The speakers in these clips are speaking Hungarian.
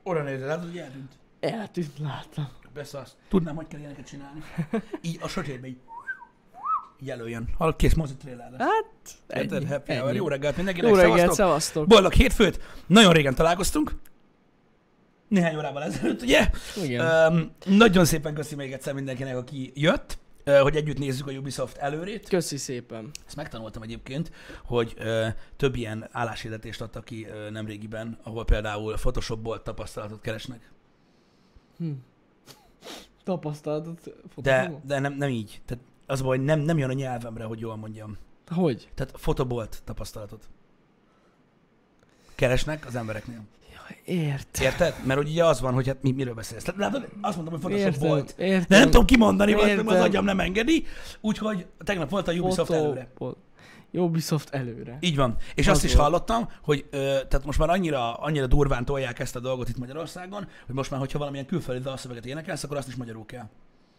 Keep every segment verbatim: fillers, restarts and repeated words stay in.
Oda nézed, látod, hogy eltűnt. Eltűnt, láttam. Beszarsz. Tudnám, hogy kell ilyeneket csinálni. Így a sötétben így jelöljön. Hallod, kész mozi trailer lesz. Hát, Érted? ennyi, Happy hour. ennyi. Jó reggelt mindenkinek, Jó reggelt, szevasztok. szevasztok. Boldog hétfőt. Nagyon régen találkoztunk. Néhány órával ezelőtt, ugye? Igen. Um, nagyon szépen köszi még egyszer mindenkinek, aki jött, uh, hogy együtt nézzük a Ubisoft előrét. Köszi szépen. Ezt megtanultam egyébként, hogy uh, több ilyen álláshirdetést adtak ki uh, nemrégiben, ahol például Photoshopból tapasztalatot keresnek. Hm. Tapasztalatot. De, de nem, nem így. Tehát az a baj, hogy nem, nem jön a nyelvemre, hogy jól mondjam. Hogy? Tehát fotobolt tapasztalatot keresnek az embereknél. Ért. Érted? Mert ugye az van, hogy hát mi, miről beszélsz. Tehát látod, azt mondom, hogy Photoshop Értem, volt. értem. De nem tudom kimondani, mert Értem. az agyam nem engedi. Úgyhogy tegnap volt a Ubisoft Fotó- előre. Pol- Ubisoft előre. Így van. És Az azt is volt. hallottam, hogy ö, tehát most már annyira, annyira durván tolják ezt a dolgot itt Magyarországon, hogy most már, hogyha valamilyen külföldi dalszöveget énekelsz, akkor azt is magyarul kell.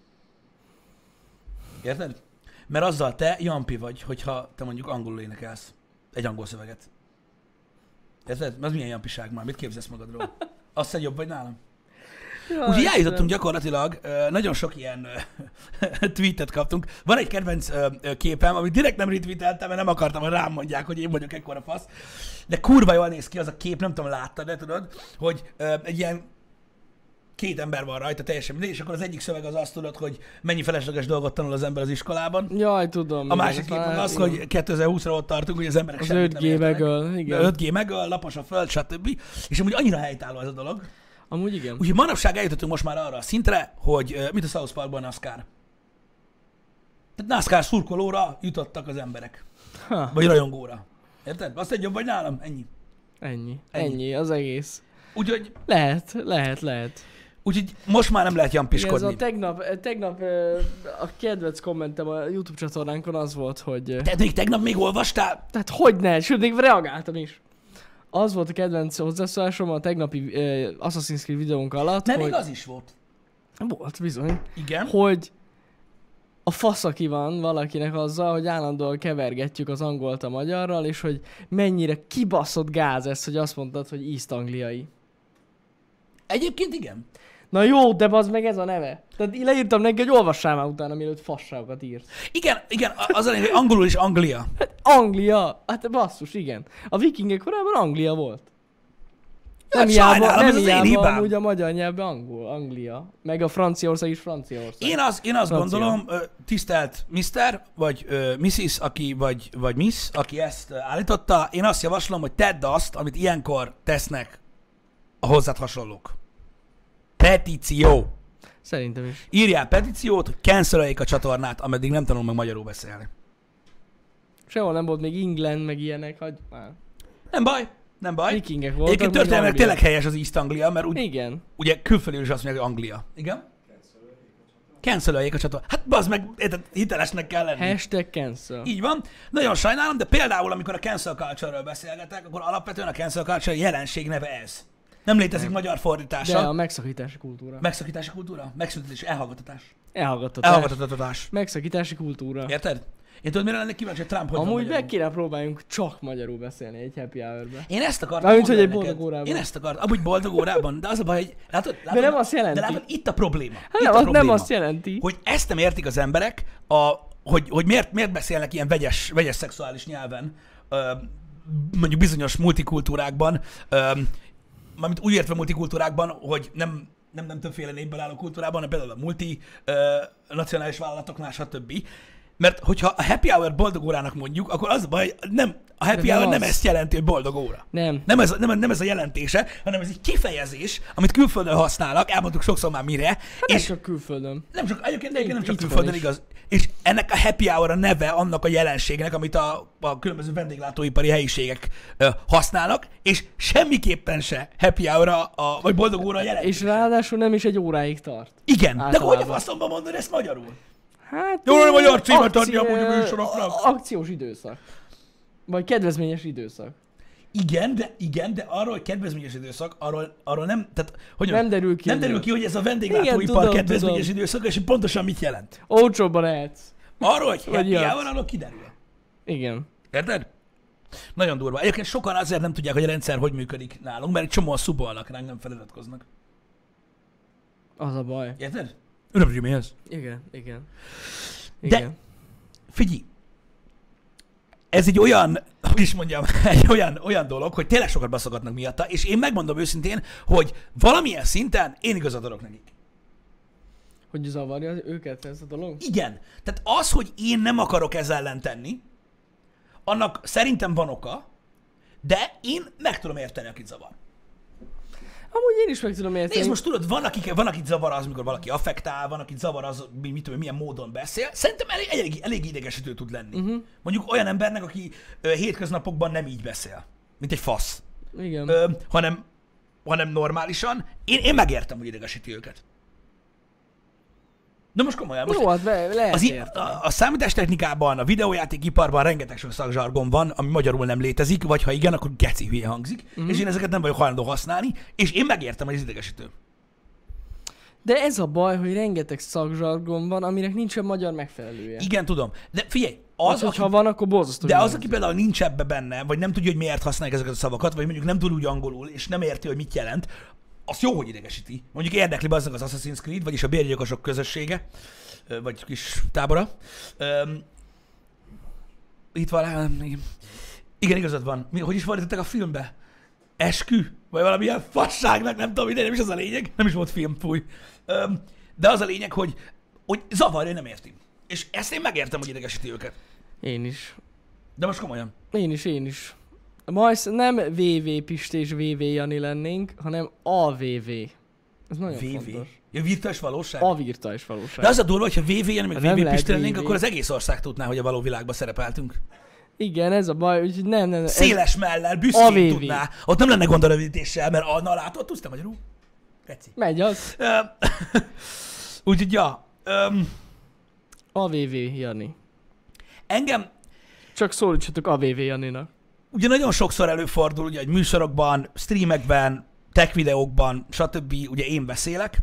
Érted? Mert azzal te Jampi vagy, hogyha te mondjuk angolul énekelsz egy angol szöveget. Érted? Az milyen jampiság már? Mit képzelsz magadról? Azt egy jobb vagy nálam? Ja, Úgyhogy eljutottunk gyakorlatilag, ö, nagyon sok ilyen ö, tweetet kaptunk. Van egy kedvenc ö, ö, képem, amit direkt nem retweeteltem, mert nem akartam, hogy rám mondják, hogy én vagyok ekkora fasz. De kurva jól néz ki az a kép, nem tudom, láttad, de tudod, hogy ö, egy ilyen két ember van rajta, teljesen mindegy, és akkor az egyik szöveg az azt tudod, hogy mennyi felesleges dolgot tanul az ember az iskolában. Jaj, tudom. A igen, másik ezt kép már- meg az, igen. hogy kétezer-húszra ott tartunk, hogy az emberek Az semmit nem öt G értenek. megöl, igen. öt G megöl, lapos a föld, stb. És amúgy annyira helytálló ez a dolog. Amúgy igen. Úgyhogy manapság eljutottunk most már arra a szintre, hogy uh, mit a South Parkban NASCAR. Tehát NASCAR szurkolóra jutottak az emberek. Ha, Vagy rajongóra. Érted? Azt egy jobb vagy nálam? Ennyi. ennyi. Ennyi. Ennyi, az egész. Úgyhogy, Lehet, lehet, lehet. úgyhogy most már nem lehet Igen, ez jampiskodni. a tegnap, tegnap ö, a kedvenc kommentem a YouTube csatornánkon az volt, hogy... ö, Te még tegnap még olvastál? Tehát hogy ne, sőt, még reagáltam is. Az volt a kedvenc hozzászólásom a tegnapi uh, Assassin's Creed videónk alatt, Mert hogy... még az is volt. Volt, bizony. Igen. Hogy a faszaki van valakinek azzal, hogy állandóan kevergetjük az angolt a magyarral, és hogy mennyire kibaszott gáz ez, hogy azt mondtad, hogy East Angliai. Egyébként igen. Na jó, de az meg ez a neve. Tehát én leírtam neki, hogy olvassál már utána, mielőtt fasságokat írt. Igen, igen, az a lényeg, hogy angolul is Anglia. Hát Anglia, hát basszus, igen. A vikingek korábban Anglia volt. Hát Nem hiába, sajnálom, nem ez az én hiába hibám. amúgy a magyar nyelvben angol, Anglia. Meg a Franciaország is Franciaország. Én, az, én azt Francia. gondolom, ö, tisztelt mister vagy ö, missus, aki, vagy, vagy miss, aki ezt ö, állította, én azt javaslom, hogy tedd azt, amit ilyenkor tesznek a hozzád hasonlók. Petíció. Szerintem is. Írjál petíciót, hogy canceljék a csatornát, ameddig nem tanul meg magyarul beszélni. Sehol nem volt még England, meg ilyenek, hagyj már. Nem baj, nem baj. Vikingek voltak, Egyébként meg történelmileg Anglia. tényleg helyes az East Anglia, mert úgy, Igen. ugye külföldön is azt mondják, hogy Anglia. Igen? Canceljék a csatornát. Hát bazd meg, érted, hitelesnek kell lenni. Hashtag cancel. Így van. Nagyon sajnálom, de például, amikor a cancel culture-ről beszélgetek, akkor alapvetően a cancel culture jelenség neve ez. Nem létezik Nem. magyar De fordítása. a megszakítási kultúra. Megszakítási kultúra? Megszüntetés, elhallgattatás. Elhallgattatás. Elhallgattatás. Megszakítási kultúra. Érted? Én tudod, mire lennék kíváncsi, hogy Trump hogy van Amúgy magyarul? meg kéne próbáljunk csak magyarul beszélni egy happy hour-be. Én ezt akartam Mármint, hogy mondani egy neked. boldog órában. Én ezt akartam. Amúgy boldog órában, de az a baj, hogy látod, látod, nem azt jelenti. De látod, itt a probléma. Hát Itt nem, a az probléma. nem azt jelenti. Hogy ezt nem értik az emberek, a, hogy, hogy miért, miért beszélnek ilyen vegyes, vegyes szexuális nyelven, ö, mondjuk bizonyos multikultúrákban, ö, mármint úgy értve multikultúrákban, hogy nem, nem, nem többféle népből álló kultúrában, hanem például a multi ö, nacionális vállalatoknál, stb. Mert hogyha a happy hour boldog órának mondjuk, akkor az a baj, hogy nem, a happy nem hour nem az. ezt jelenti, hogy boldog óra. Nem. Nem ez, nem, nem ez a jelentése, hanem ez egy kifejezés, amit külföldön használnak, elmondtuk sokszor már mire, Hát és és csak külföldön. nem csak, egyébként egyébként nem csak Itthon külföldön is. igaz. És ennek a happy hour a neve annak a jelenségnek, amit a, a különböző vendéglátóipari helyiségek ö, használnak, és semmiképpen se happy hour a, a, vagy boldog óra a jelentés. És ráadásul nem is egy óráig tart. Igen, de általában. hogy a faszomban mondod ezt magyarul? Hát... Jól lenne magyar címet akció- adni amúgy a műsoroknak. Akciós időszak. Vagy kedvezményes időszak. Igen, de, igen, de arról, hogy kedvezményes időszak, arról, arról nem, tehát, hogy Nem derül ki. nem hogy- derül ki, hogy ez a Igen, vendéglátóipar tudom, kedvezményes tudom. időszak, és hogy pontosan mit jelent. Olcsóbban lehetsz. Arról, hogy Vagy happy jössz. hour, arról kiderül. Igen. Érted? Nagyon durva. Egyébként sokan azért nem tudják, hogy a rendszer hogy működik nálunk, mert egy csomóan szubolnak ránk, nem feliratkoznak. Az a baj. Érted? Örömzsé, mi ez? Igen, igen. De igen. figyelj, ez egy olyan, hogy is mondjam, egy olyan, olyan dolog, hogy tényleg sokat baszogatnak miatta, és én megmondom őszintén, hogy valamilyen szinten én igazat adok nekik. Hogy zavarja őket ez a dolog? Igen. Tehát az, hogy én nem akarok ezzel ellen tenni, annak szerintem van oka, de én meg tudom érteni, akit zavar. Amúgy én is meg tudom érteni. Nézd, most tudod, van, akik, van akit zavar az, amikor valaki affektál, van, akit zavar az, mit tudom, milyen módon beszél. Szerintem elég, elég, elég idegesítő tud lenni. Uh-huh. Mondjuk olyan embernek, aki ö, hétköznapokban nem így beszél, mint egy fasz, Igen. ö, hanem, hanem normálisan. Én, én megértem, hogy idegesíti őket. De most komolyan, most Jó, hát be, lehet az i- érteni. a, a számítástechnikában, a videójátékiparban rengeteg sok szakzsargon van, ami magyarul nem létezik, vagy ha igen, akkor geci hülye hangzik, mm. és én ezeket nem vagyok hajlandó használni, és én megértem, hogy ez idegesítő. De ez a baj, hogy rengeteg szakzsargon van, aminek nincsen magyar megfelelője. Igen, tudom. De figyelj, az, Az, aki, hogyha van, akkor borzasztó. de hogy az, nem. aki például nincs ebbe benne, vagy nem tudja, hogy miért használják ezeket a szavakat, vagy mondjuk nem tud úgy angolul, és nem érti, hogy mit jelent, az jó, hogy idegesíti. Mondjuk érdekli bazdmeg az Assassin's Creed, vagyis a bérgyilkosok közössége, ö, vagy kis tábora. Öm, itt van, igen. Igen, igazad van. Mi, hogy is fordították a filmbe? Eskü? Vagy valamilyen fasságnak, nem tudom, ide nem is az a lényeg. Nem is volt film, fúj. Öm, de az a lényeg, hogy, hogy zavarja, nem érti. És ezt én megértem, hogy idegesíti őket. Én is. De most komolyan. Én is, én is. Majd nem vé vé Pisti és vé vé Jani lennénk, hanem á vé vé. Ez nagyon vé vé? fontos. Ja, virtuális valóság? A virtuális valóság. De az a durva, hogyha vé vé Jani, meg Nem vé vé lehet Pisti lennénk, vé vé. akkor az egész ország tudná, hogy a való világban szerepeltünk. Igen, ez a baj, úgyhogy nem, nem, nem. Széles mellel, A vé büszkén vé. tudná. Ott nem lenne gond a rövidítéssel, mert a, na látod, tudsz te magyarul? Reci. Megy az. Ö, Úgyhogy, ja. Öm, á vé vé Jani. engem Csak szólítsatok á vé vé Janinak. ugye nagyon sokszor előfordul, ugye, hogy műsorokban, streamekben, tech videókban, stb. Ugye én beszélek,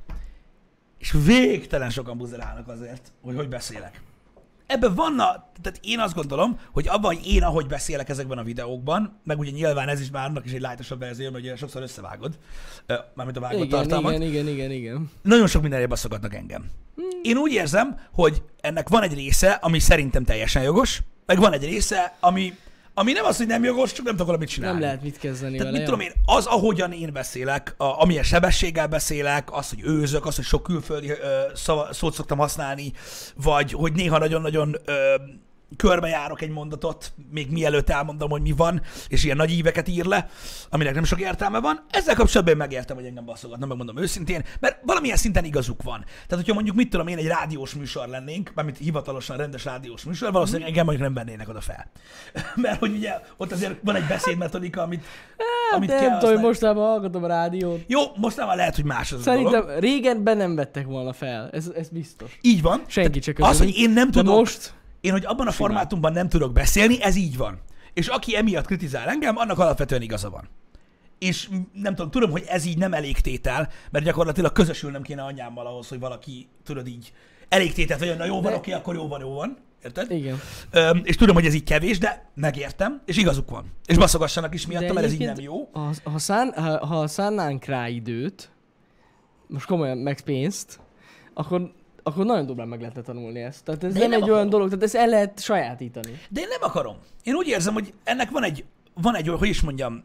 és végtelen sokan buzerálnak azért, hogy hogy beszélek. Ebben vanna, tehát én azt gondolom, hogy abban, hogy én ahogy beszélek ezekben a videókban, meg ugye nyilván ez is már annak is egy lájtosabb verzió, mert ugye sokszor összevágod, ö, mármint a vágott Igen, tartalmat. igen, igen, igen, igen. Nagyon sok mindenre baszogatnak engem. Én úgy érzem, hogy ennek van egy része, ami szerintem teljesen jogos, meg van egy része, ami, ami nem az, hogy nem jogos, csak nem tudok valamit csinálni. Nem lehet mit kezdeni Tehát vele. mit tudom én, az, ahogyan én beszélek, a, amilyen sebességgel beszélek, az, hogy őzök, az, hogy sok külföldi ö, szava, szót szoktam használni, vagy hogy néha nagyon-nagyon ö, körbejárok egy mondatot, még mielőtt elmondom, hogy mi van, és ilyen nagy íveket ír le, aminek nem sok értelme van. Ezzel kapcsolatban én megértem, hogy engem baszogatnak, megmondom őszintén, mert valamilyen szinten igazuk van. Tehát, hogyha mondjuk mit tudom én, egy rádiós műsor lennénk, mármint hivatalosan rendes rádiós műsor, valószínűleg engem mondjuk nem vennének oda fel. Mert hogy ugye ott azért van egy beszédmetodika, amit, amit Hát kell nem tudom, hogy használni. mostában hallgatom a rádiót. Jó, most már lehet, hogy más az a Szerintem dolog. régen be nem vettek volna fel. Ez, ez biztos. Így van. Senki csak Az, hogy én nem De tudok, most én, hogy abban a formátumban nem tudok beszélni, ez így van. És aki emiatt kritizál engem, annak alapvetően igaza van. És nem tudom, tudom, hogy ez így nem elégtétel, mert gyakorlatilag közösülnem kéne anyámmal ahhoz, hogy valaki, tudod így, elégtételt, hogy na jó van, De- oké, akkor jó van, jó van. Érted? igen. Öm, és tudom, hogy ez így kevés, de megértem, és igazuk van. És baszogassanak is miatta, De mert ez így nem egyébként jó. Ha, ha, szán, ha, ha szánnánk rá időt, most komolyan meg pénzt, akkor, akkor nagyon durván meg lehetne tanulni ezt. Tehát ez De nem én egy nem olyan akarom. dolog, tehát ezt el lehet sajátítani. De én nem akarom. Én úgy érzem, hogy ennek van egy, van egy, hogy is mondjam,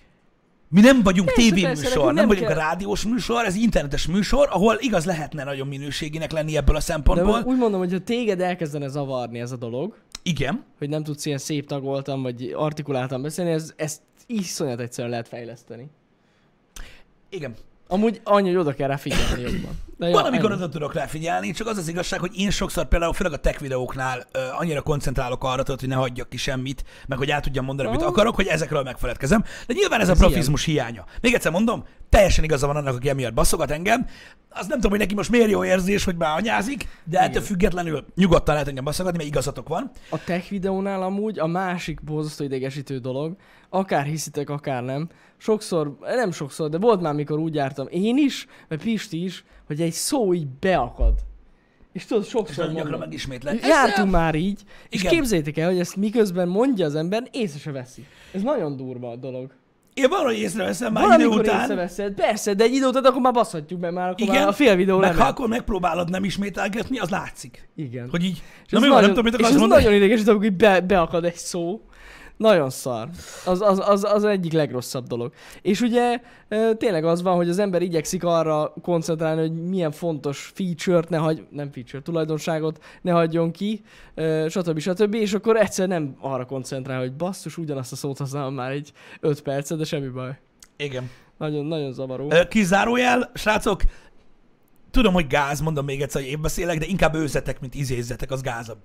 mi nem vagyunk Persze, persze, tévéműsor, nekünk nem, nem vagyunk kell- a rádiós műsor, ez internetes műsor, ahol igaz lehetne nagyon minőségének lenni ebből a De szempontból. úgy mondom, hogy ha téged elkezdene zavarni ez a dolog, Igen. hogy nem tudsz ilyen szép tagoltan vagy artikuláltan beszélni, ez, ezt iszonyat egyszerűen lehet fejleszteni. Igen. Amúgy annyi, hogy oda kell rá figyelni jobban. De Van, amikor ennyi. oda tudok rá figyelni, csak az az igazság, hogy én sokszor például, főleg a tech videóknál ö, annyira koncentrálok arra, tudod, hogy ne hagyjak ki semmit, meg hogy el tudjam mondani, amit Aha. akarok, hogy ezekről megfeledkezem. De nyilván ez, a Ez profizmus hiánya. Még egyszer mondom, teljesen igaza van annak, aki emiatt baszogat engem. Az nem tudom, hogy neki most miért jó érzés, hogy már anyázik, de ettől függetlenül nyugodtan lehet engem baszogatni, mert igazatok van. A tech videónál amúgy a másik borzasztó idegesítő dolog, akár hiszitek, akár nem, sokszor, nem sokszor, de volt már, mikor úgy jártam én is, vagy Pisti is, hogy egy szó így beakad. És tudod, És sokszor nagyon gyakran mondom. megismétlek. Jártunk már így, és Igen. képzeljétek el, hogy ezt miközben mondja az ember, észre se veszi. Ez nagyon durva a dolog. Én valahogy észreveszem már idő Valamikor után. észreveszed, persze, de egy idő után akkor már baszhatjuk be, már akkor Igen, már a fél videó meg ha lement. akkor megpróbálod nem ismételgetni, az látszik. Igen. Hogy így, És na ez mi van, nem nagyon, tudom, mit és akarsz ez mondani. nagyon ideges, amikor így be, beakad egy szó. Nagyon szar. Az az, az az egyik legrosszabb dolog. És ugye ö, tényleg az van, hogy az ember igyekszik arra koncentrálni, hogy milyen fontos feature-t ne hagy, nem feature, tulajdonságot ne hagyjon ki, ö, stb. stb. És akkor egyszer nem arra koncentrál, hogy basszus, ugyanazt a szót használom már egy öt percet, de semmi baj. Igen. Nagyon, nagyon zavaró. Ö, Kizárójel, srácok, tudom, hogy gáz, mondom még egyszer, hogy én beszélek, de inkább őzzetek, mint izézzetek, az gázabb.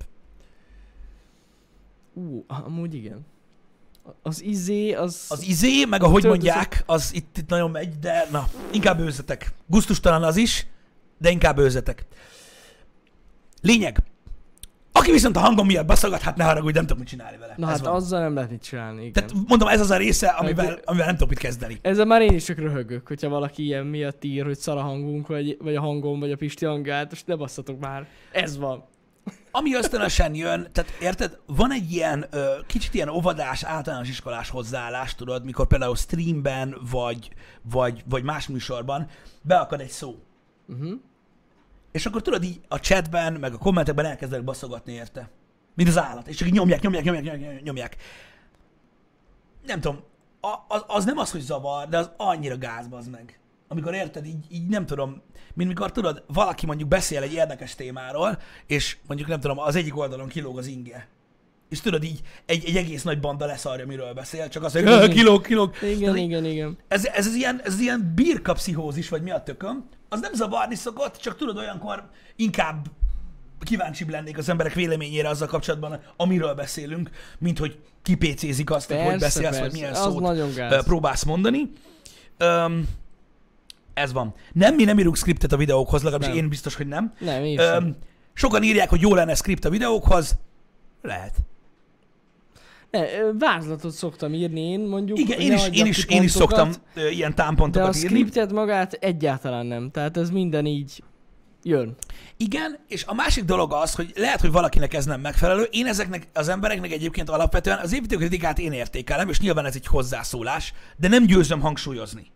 Ú, amúgy igen. Az izé, az... Az izé, meg ahogy Töltöző- mondják, az itt, itt nagyon megy, de na, inkább őzzetek. Gusztustalan az is, de inkább őzzetek. Lényeg. Aki viszont a hangom miatt baszogat, hát ne haragudj, nem tudom, mit csinálni vele. Na Ez hát van. azzal nem lehet mit csinálni, igen. Tehát mondom, ez az a része, amivel, Hát- amivel nem tudok mit kezdeni. Ezzel már én is csak röhögök, hogyha valaki ilyen miatt ír, hogy szar a hangunk, vagy, vagy a hangom, vagy a Pisti hangját, és ne basszatok már. Ez van. Ami ösztönösen jön, tehát érted, van egy ilyen ö, kicsit ilyen óvodás, általános iskolás hozzáállás, tudod, mikor például streamben, vagy, vagy, vagy más műsorban beakad egy szó. Uh-huh. És akkor tudod így a chatben, meg a kommentekben elkezdenek baszogatni érte. Mint az állat. És csak így nyomják, nyomják, nyomják, nyomják, nyomják. Nem tudom, a, az, az nem az, hogy zavar, de az annyira gázba az meg. Amikor érted, így, így nem tudom, mint mikor tudod, valaki mondjuk beszél egy érdekes témáról, és mondjuk nem tudom, az egyik oldalon kilóg az inge. És tudod így, egy, egy egész nagy banda leszarja, miről beszél, csak azt mondja, hogy kilóg, kilóg. Igen, Tehát így- igen, igen. ez, ez, az ilyen, ez az ilyen birka pszichózis, vagy mi a tököm, az nem zavarni szokott, csak tudod, olyankor inkább kíváncsibb lennék az emberek véleményére azzal kapcsolatban, amiről beszélünk, mint hogy kipécézik azt, hogy hogy Persze, beszélsz, persze. vagy milyen Az szót nagyon ö, gáz. próbálsz mondani. Öm, ez van. Nem, mi nem írunk skriptet a videókhoz, legalábbis Nem. én biztos, hogy nem. Nem, én sem. Öm, sokan írják, hogy jó lenne skript a videókhoz. Lehet. Ne, ö, vázlatot szoktam írni én, mondjuk. Igen, hogy én ne is, én adjak is, ki én is pontokat, szoktam ö, ilyen De a támpontokat írni. scriptet magát egyáltalán nem. Tehát ez minden így jön. Igen, és a másik dolog az, hogy lehet, hogy valakinek ez nem megfelelő. Én ezeknek az embereknek egyébként alapvetően az építőkritikát én értékelem, és nyilván ez egy hozzászólás, de nem győzöm hangsúlyozni.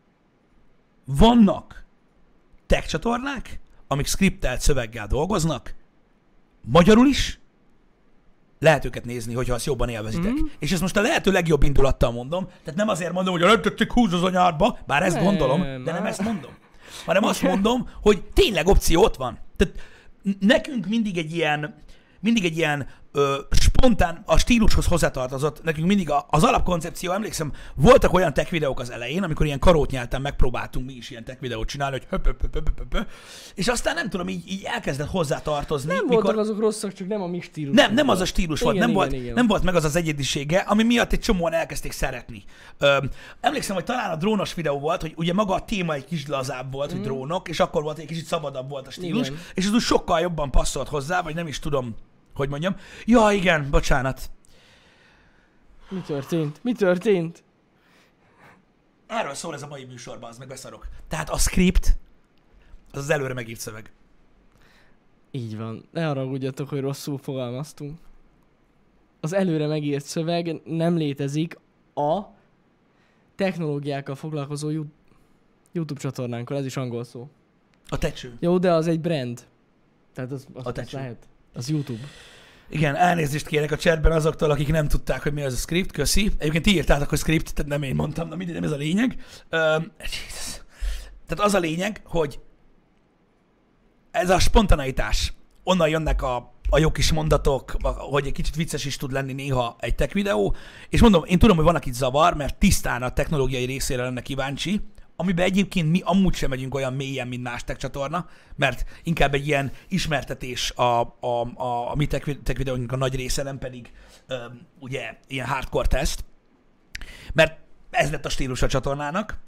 Vannak tech csatornák, amik skriptelt szöveggel dolgoznak, magyarul is, lehet őket nézni, hogyha azt jobban élvezitek. Mhm. Mm. És ezt most a lehető legjobb indulattal mondom, tehát nem azért mondom, hogy a nem tetszik, húz az anyádba, bár ezt Nem, gondolom, de nem á. ezt mondom. Hanem azt mondom, hogy tényleg opció ott van. Tehát n- nekünk mindig egy ilyen, mindig egy ilyen ö, spontán, a stílushoz hozzátartozott, nekünk mindig a, az alapkoncepció, emlékszem, voltak olyan tech videók az elején, amikor ilyen karót nyelten megpróbáltunk mi is ilyen tech videót csinálni, hogy höp, höp, höp, höp, höp, höp, és aztán nem tudom, így, így elkezdett hozzátartozni. Nem mikor... voltak azok rosszak, csak nem a mi stílus. Nem, nem az a stílus volt, Igen, nem, igen, volt, igen. nem volt meg az az egyedisége, ami miatt egy csomóan elkezdték szeretni. Öm, emlékszem, hogy talán a drónos videó volt, hogy ugye maga a téma egy kis lazább volt, hogy drónok, és akkor volt egy kicsit szabadabb volt a stílus, Igen. és az úgy sokkal jobban passzolt hozzá, vagy nem is tudom, hogy mondjam. Ja, igen, bocsánat. Mi történt? Mi történt? Erről szól ez a mai műsorban, az meg beszarok. Tehát a script, az az előre megírt szöveg. Így van. Ne haragudjatok, hogy rosszul fogalmaztunk. Az előre megírt szöveg nem létezik a technológiákkal foglalkozó You- YouTube csatornánkon. Ez is angol szó. A tecső. Jó, de az egy brand. Tehát az, az, A az tecső. lehet. Az YouTube. Igen, elnézést kérek a chatben azoktól, akik nem tudták, hogy mi az a script, köszi. Egyébként ti írtátok, hogy script, tehát nem én mondtam, de mindegy, nem ez a lényeg. Um, Jesus. Tehát az a lényeg, hogy ez a spontaneitás, onnan jönnek a, a jó kis mondatok, a- hogy egy kicsit vicces is tud lenni néha egy tech videó, és mondom, én tudom, hogy van, akit zavar, mert tisztán a technológiai részére lenne kíváncsi, amiben egyébként mi amúgy sem megyünk olyan mélyen, mint más tech csatorna, mert inkább egy ilyen ismertetés a, a, a, a mi tech, tech videóink a nagy része, nem pedig um, ugye ilyen hardcore teszt, mert ez lett a stílus a csatornának.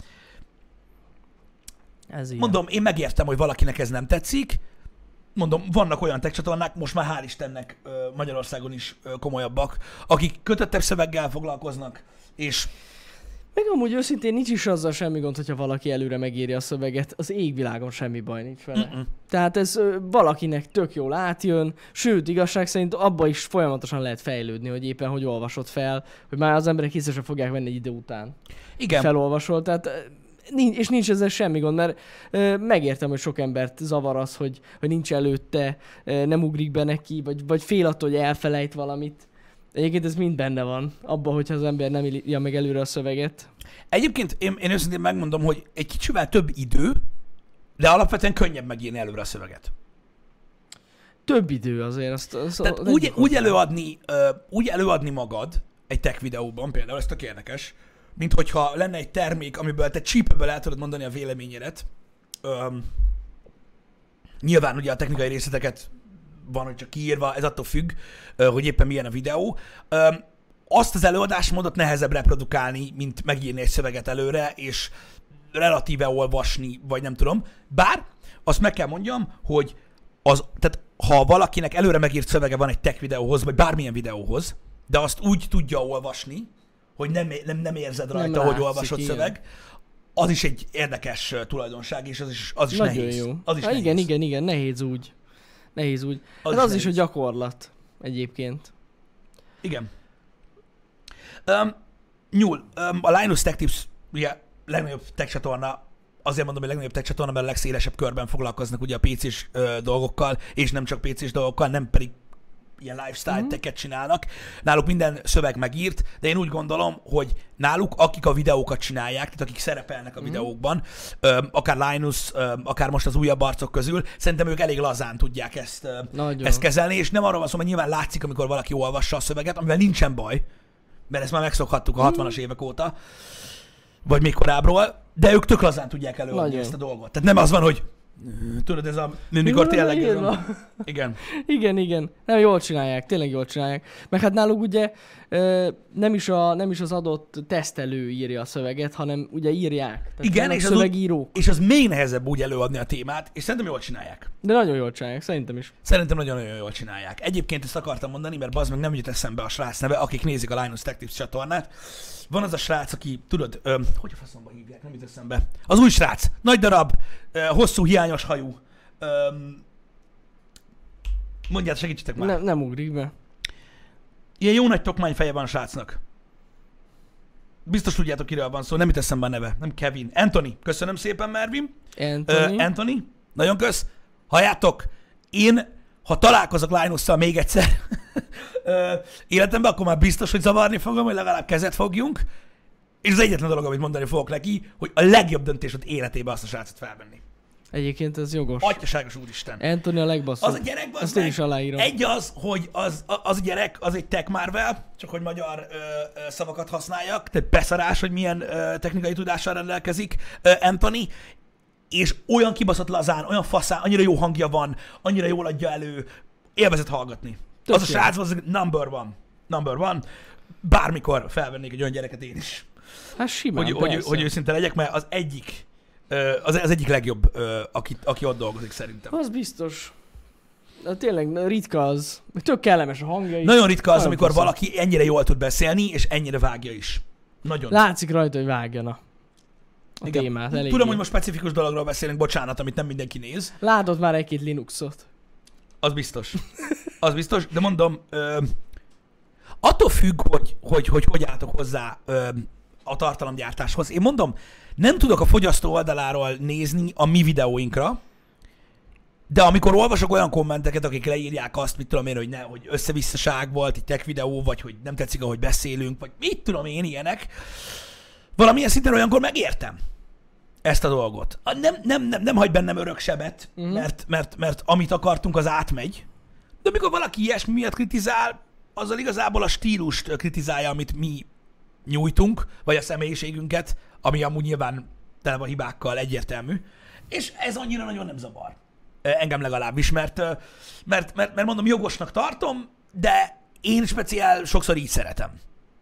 Ez ilyen. Mondom, én megértem, hogy valakinek ez nem tetszik. Mondom, vannak olyan tech csatornák, most már hál' Istennek ö, Magyarországon is ö, komolyabbak, akik kötöttebb szöveggel foglalkoznak, és Meg amúgy őszintén nincs is azzal semmi gond, hogyha valaki előre megírja a szöveget, az égvilágon semmi baj nincs vele. Mm-mm. Tehát ez ö, valakinek tök jól átjön, sőt, igazság szerint abba is folyamatosan lehet fejlődni, hogy éppen hogy olvasod fel, hogy már az emberek hiszem sem fogják venni egy idő után. Igen. Felolvasol, tehát nincs, és nincs ezzel semmi gond, mert ö, megértem, hogy sok embert zavar az, hogy, hogy nincs előtte, ö, nem ugrik be neki, vagy, vagy fél attól, hogy elfelejt valamit. Egyébként ez mind benne van, abban, hogyha az ember nem írja meg előre a szöveget. Egyébként én, én őszintén megmondom, hogy egy kicsivel több idő, de alapvetően könnyebb megírni előre a szöveget. Több idő azért. Azt, azt, Tehát az úgy, úgy, előadni, uh, úgy előadni magad egy tech videóban, például ez tök érdekes, mint hogyha lenne egy termék, amiből te cheapből el tudod mondani a véleményedet. Um, nyilván ugye a technikai részleteket van, hogy csak kiírva, ez attól függ, hogy éppen milyen a videó. Azt az előadásmódot nehezebb reprodukálni, mint megírni egy szöveget előre, és relatíve olvasni, vagy nem tudom. Bár azt meg kell mondjam, hogy az, tehát ha valakinek előre megírt szövege van egy tech videóhoz, vagy bármilyen videóhoz, de azt úgy tudja olvasni, hogy nem, nem, nem érzed rajta, nem hogy olvasott szöveg, az is egy érdekes tulajdonság, és az is, az is nagyon nehéz. Jó. Az is ha, nehéz. Igen, igen, igen, nehéz úgy. Nehéz úgy. Az, hát az is, hogy gyakorlat egyébként. Igen. Um, nyúl, um, a Linus Tech Tips ugye legnagyobb tech csatorna, azért mondom, hogy legnagyobb tech csatorna, mert a legszélesebb körben foglalkoznak ugye a pé cés uh, dolgokkal, és nem csak pé cés dolgokkal, nem pedig ilyen lifestyle mm. tech-et csinálnak. Náluk minden szöveg megírt, de én úgy gondolom, hogy náluk, akik a videókat csinálják, tehát akik szerepelnek a mm. videókban, akár Linus, akár most az újabb arcok közül, szerintem ők elég lazán tudják ezt, ezt kezelni, és nem arról van szó, hogy nyilván látszik, amikor valaki olvassa a szöveget, amivel nincsen baj, mert ezt már megszokhattuk a hatvanas mm. évek óta, vagy még korábbról, de ők tök lazán tudják előadni Nagyon. ezt a dolgot. Tehát nem az van, hogy tudod, ez a... Mikor tényleg... Ez a... Igen. Igen, igen. Nem, jól csinálják, tényleg jól csinálják. Meg hát náluk ugye nem is, a, nem is az adott tesztelő írja a szöveget, hanem ugye írják. Tehát igen, és az, úgy, és az még nehezebb úgy előadni a témát, és szerintem jól csinálják. De nagyon jól csinálják, szerintem is. Szerintem nagyon-nagyon jól csinálják. Egyébként ezt akartam mondani, mert bazd meg nem jut eszembe a srác neve, akik nézik a Linus Tech Tips csatornát. Van az a srác, aki, tudod, öm, hogy a faszomba hívják, nem jut eszembe. Az új srác, nagy darab, ö, hosszú, hiányos hajú. Öm, mondját, segítsetek már. Nem, nem ugrik be. Ilyen jó nagy tokmányfeje van a srácnak. Biztos tudjátok, kiről van szó, nem jut eszembe a neve. Nem Kevin. Anthony. Köszönöm szépen, Mervin. Anthony. Ö, Anthony. Nagyon kösz. Halljátok, én, ha találkozok Linusszal még egyszer ö, életemben, akkor már biztos, hogy zavarni fogom, hogy legalább kezet fogjunk. És az egyetlen dolog, amit mondani fogok neki, hogy a legjobb döntés volt életében azt a srácot felvenni. Egyébként ez jogos. Atyaságos úristen. Anthony a legbasszabb. Az a gyerek, az Azt én is aláírom. Egy az, hogy az, az a gyerek, az egy tech Marvel, csak hogy magyar ö, ö, szavakat használjak, tehát beszarás, hogy milyen ö, technikai tudással rendelkezik ö, Anthony, és olyan kibaszott lazán, olyan faszán, annyira jó hangja van, annyira jól adja elő, élvezet hallgatni. Tök az a srác az number one. Number one. Bármikor felvennék egy olyan gyereket én is. Hát simán, hogy, hogy, hogy őszinte legyek, mert az egyik Az, az egyik legjobb, aki, aki ott dolgozik szerintem. Az biztos. De tényleg ritka az. Tök kellemes a hangja is. Nagyon ritka az, Nagyon amikor köszön. valaki ennyire jól tud beszélni, és ennyire vágja is. Nagyon. Látszik rajta, hogy vágjana a Igen. témát. Eléggé. Tudom, hogy most specifikus dologról beszélünk, bocsánat, amit nem mindenki néz. Látod már egy-két Linuxot. Az biztos. Az biztos, de mondom, ö, attól függ, hogy hogy, hogy, hogy álltok hozzá ö, a tartalomgyártáshoz. Én mondom, nem tudok a fogyasztó oldaláról nézni a mi videóinkra, de amikor olvasok olyan kommenteket, akik leírják azt, mit tudom én, hogy, ne, hogy összevisszaság volt, egy tech videó, vagy hogy nem tetszik, ahogy beszélünk, vagy mit tudom én, ilyenek, valamilyen szinten olyankor megértem ezt a dolgot. Nem, nem, nem, nem hagy bennem örök sebet, uh-huh. mert, mert, mert amit akartunk, az átmegy. De amikor valaki ilyesmi miatt kritizál, azzal igazából a stílust kritizálja, amit mi nyújtunk, vagy a személyiségünket, ami amúgy nyilván tele van hibákkal, egyértelmű. És ez annyira nagyon nem zavar. Engem legalábbis, mert, mert, mert, mert mondom, jogosnak tartom, de én speciál sokszor így szeretem.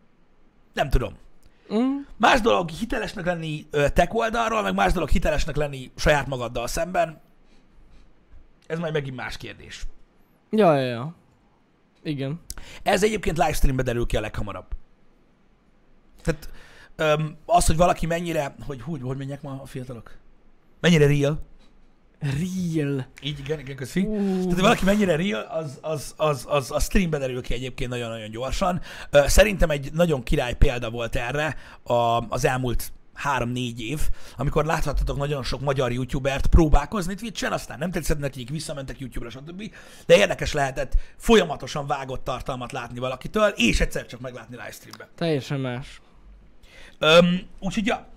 Nem tudom. Mm. Más dolog hitelesnek lenni tech oldalról, meg más dolog hitelesnek lenni saját magaddal szemben. Ez majd megint más kérdés. Ja, ja, ja. Igen. Ez egyébként livestreambe derül ki a leghamarabb. Tehát öm, az, hogy valaki mennyire, hogy hogy, hogy menjek ma a fiatalok? Mennyire real? Real. Így, igen, igen, köszi. Uh. Tehát, hogy valaki mennyire real, az, az, az, az, az streamben derül ki egyébként nagyon-nagyon gyorsan. Ö, Szerintem egy nagyon király példa volt erre a, az elmúlt három-négy év, amikor láthattatok nagyon sok magyar youtubert próbálkozni Twitch-en, aztán nem tetszett nekik, visszamentek YouTube-ra, stb. De érdekes lehetett folyamatosan vágott tartalmat látni valakitől, és egyszer csak meglátni livestreamben. Teljesen más. Öm, úgyhogy, ja.